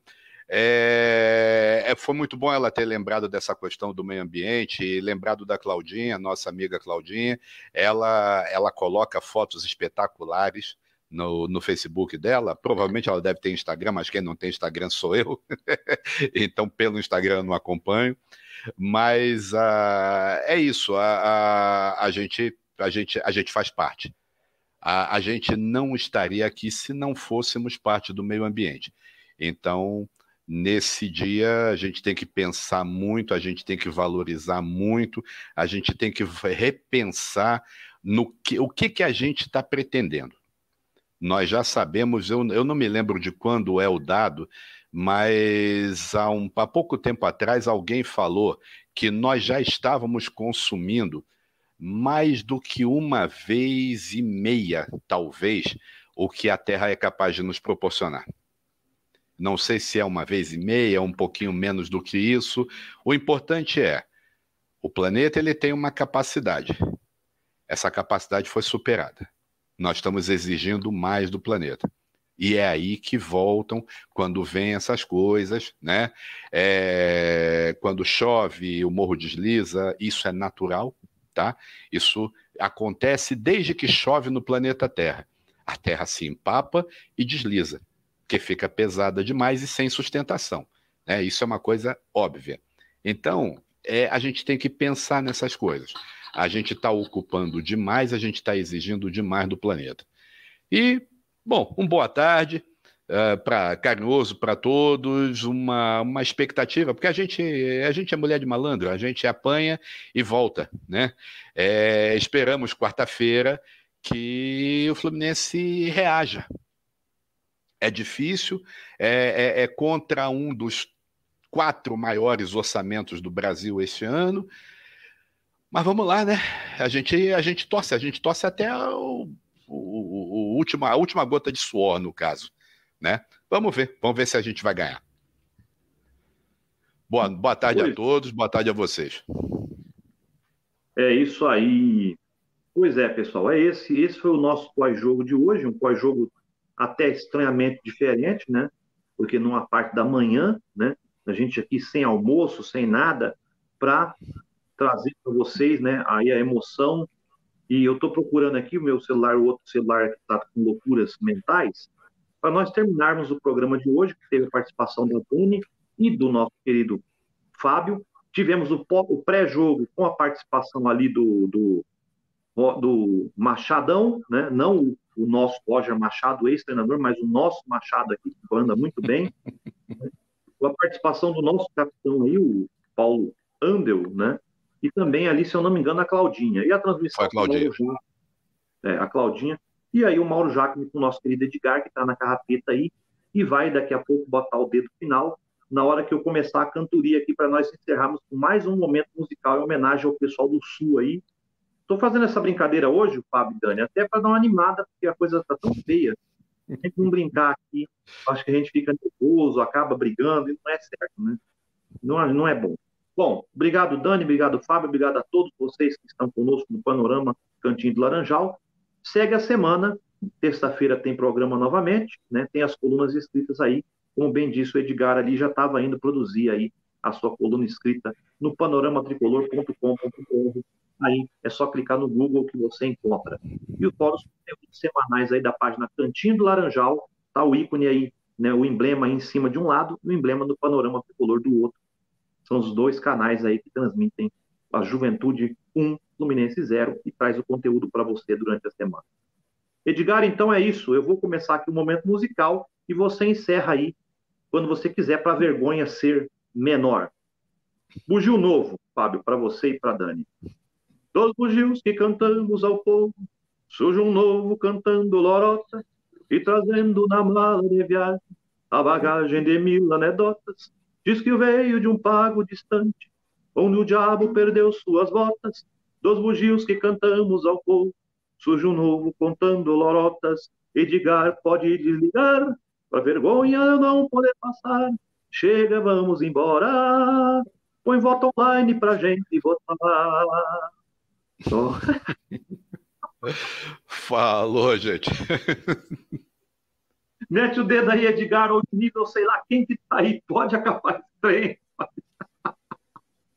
Foi muito bom ela ter lembrado dessa questão do meio ambiente e lembrado da Claudinha, nossa amiga Claudinha. Ela coloca fotos espetaculares no Facebook dela. Provavelmente ela deve ter Instagram, mas quem não tem Instagram sou eu. Então, pelo Instagram eu não acompanho. Mas é isso, a gente faz parte. A gente não estaria aqui se não fôssemos parte do meio ambiente. Então, nesse dia, a gente tem que pensar muito, a gente tem que valorizar muito, a gente tem que repensar o que a gente está pretendendo. Nós já sabemos, eu não me lembro de quando é o dado, mas há pouco tempo atrás alguém falou que nós já estávamos consumindo mais do que uma vez e meia, talvez, o que a Terra é capaz de nos proporcionar. Não sei se é uma vez e meia, um pouquinho menos do que isso. O importante é, o planeta ele tem uma capacidade. Essa capacidade foi superada. Nós estamos exigindo mais do planeta. E é aí que voltam quando vêm essas coisas, né? Quando chove, o morro desliza, isso é natural, tá? Isso acontece desde que chove no planeta Terra. A Terra se empapa e desliza, porque fica pesada demais e sem sustentação, né? Isso é uma coisa óbvia. Então, a gente tem que pensar nessas coisas. A gente está ocupando demais, a gente está exigindo demais do planeta. E, bom, boa tarde, carinhoso para todos, uma expectativa, porque a gente é mulher de malandro, a gente apanha e volta, né? Esperamos quarta-feira que o Fluminense reaja. É difícil, é contra um dos 4 maiores orçamentos do Brasil este ano, mas vamos lá, né? A gente torce até a última gota de suor, no caso, né? Vamos ver se a gente vai ganhar. Boa tarde a todos, boa tarde a vocês. É isso aí. Pois é, pessoal, esse foi o nosso pós-jogo de hoje, um pós-jogo até estranhamente diferente, né? Porque numa parte da manhã, né? A gente aqui sem almoço, sem nada, para trazer para vocês, né? Aí a emoção. E eu estou procurando aqui o meu celular, o outro celular que está com loucuras mentais, para nós terminarmos o programa de hoje, que teve a participação da Dani e do nosso querido Fábio. Tivemos o pré-jogo com a participação ali do Machadão, né? Não o nosso Roger Machado, ex-treinador, mas o nosso Machado aqui, que anda muito bem. Com a participação do nosso capitão aí, o Paulo Andel, né? E também ali, se eu não me engano, a Claudinha. E a transmissão do Mauro Jacome. A Claudinha. E aí o Mauro Jacome com o nosso querido Edgar, que está na carrapeta aí, e vai daqui a pouco botar o dedo final, na hora que eu começar a cantoria aqui, para nós encerrarmos com mais um momento musical em homenagem ao pessoal do Sul aí. Estou fazendo essa brincadeira hoje, Fábio e Dani, até para dar uma animada, porque a coisa está tão feia. Tem que não brincar aqui, acho que a gente fica nervoso, acaba brigando, e não é certo, né? Não é bom. Bom, obrigado, Dani, obrigado, Fábio, obrigado a todos vocês que estão conosco no Panorama Cantinho do Laranjal. Segue a semana, terça-feira tem programa novamente, né? Tem as colunas escritas aí, como bem disse o Edgar ali, já estava indo produzir aí a sua coluna escrita no panoramatricolor.com.br. Aí é só clicar no Google que você encontra. E fora os conteúdos semanais aí da página Cantinho do Laranjal, tá o ícone aí, né, o emblema aí em cima de um lado e o emblema do Panorama Tricolor do outro. São os dois canais aí que transmitem a Juventude 1, Fluminense 0 e traz o conteúdo para você durante a semana. Edgar, então é isso. Eu vou começar aqui o momento musical e você encerra aí quando você quiser, para a vergonha ser menor. Bugio novo, Fábio, para você e para Dani. Dos bugios que cantamos ao povo, surge um novo cantando lorota e trazendo na mala de viagem a bagagem de 1000 anedotas. Diz que veio de um pago distante, onde o diabo perdeu suas botas. Dos bugios que cantamos ao povo, surge um novo contando lorotas. Edgar pode desligar, pra vergonha eu não poder passar. Chega, vamos embora. Põe voto online pra gente votar. Oh. Falou, gente. Mete o dedo aí, Edgar, ou nível, sei lá quem que tá aí, pode acabar esse trem.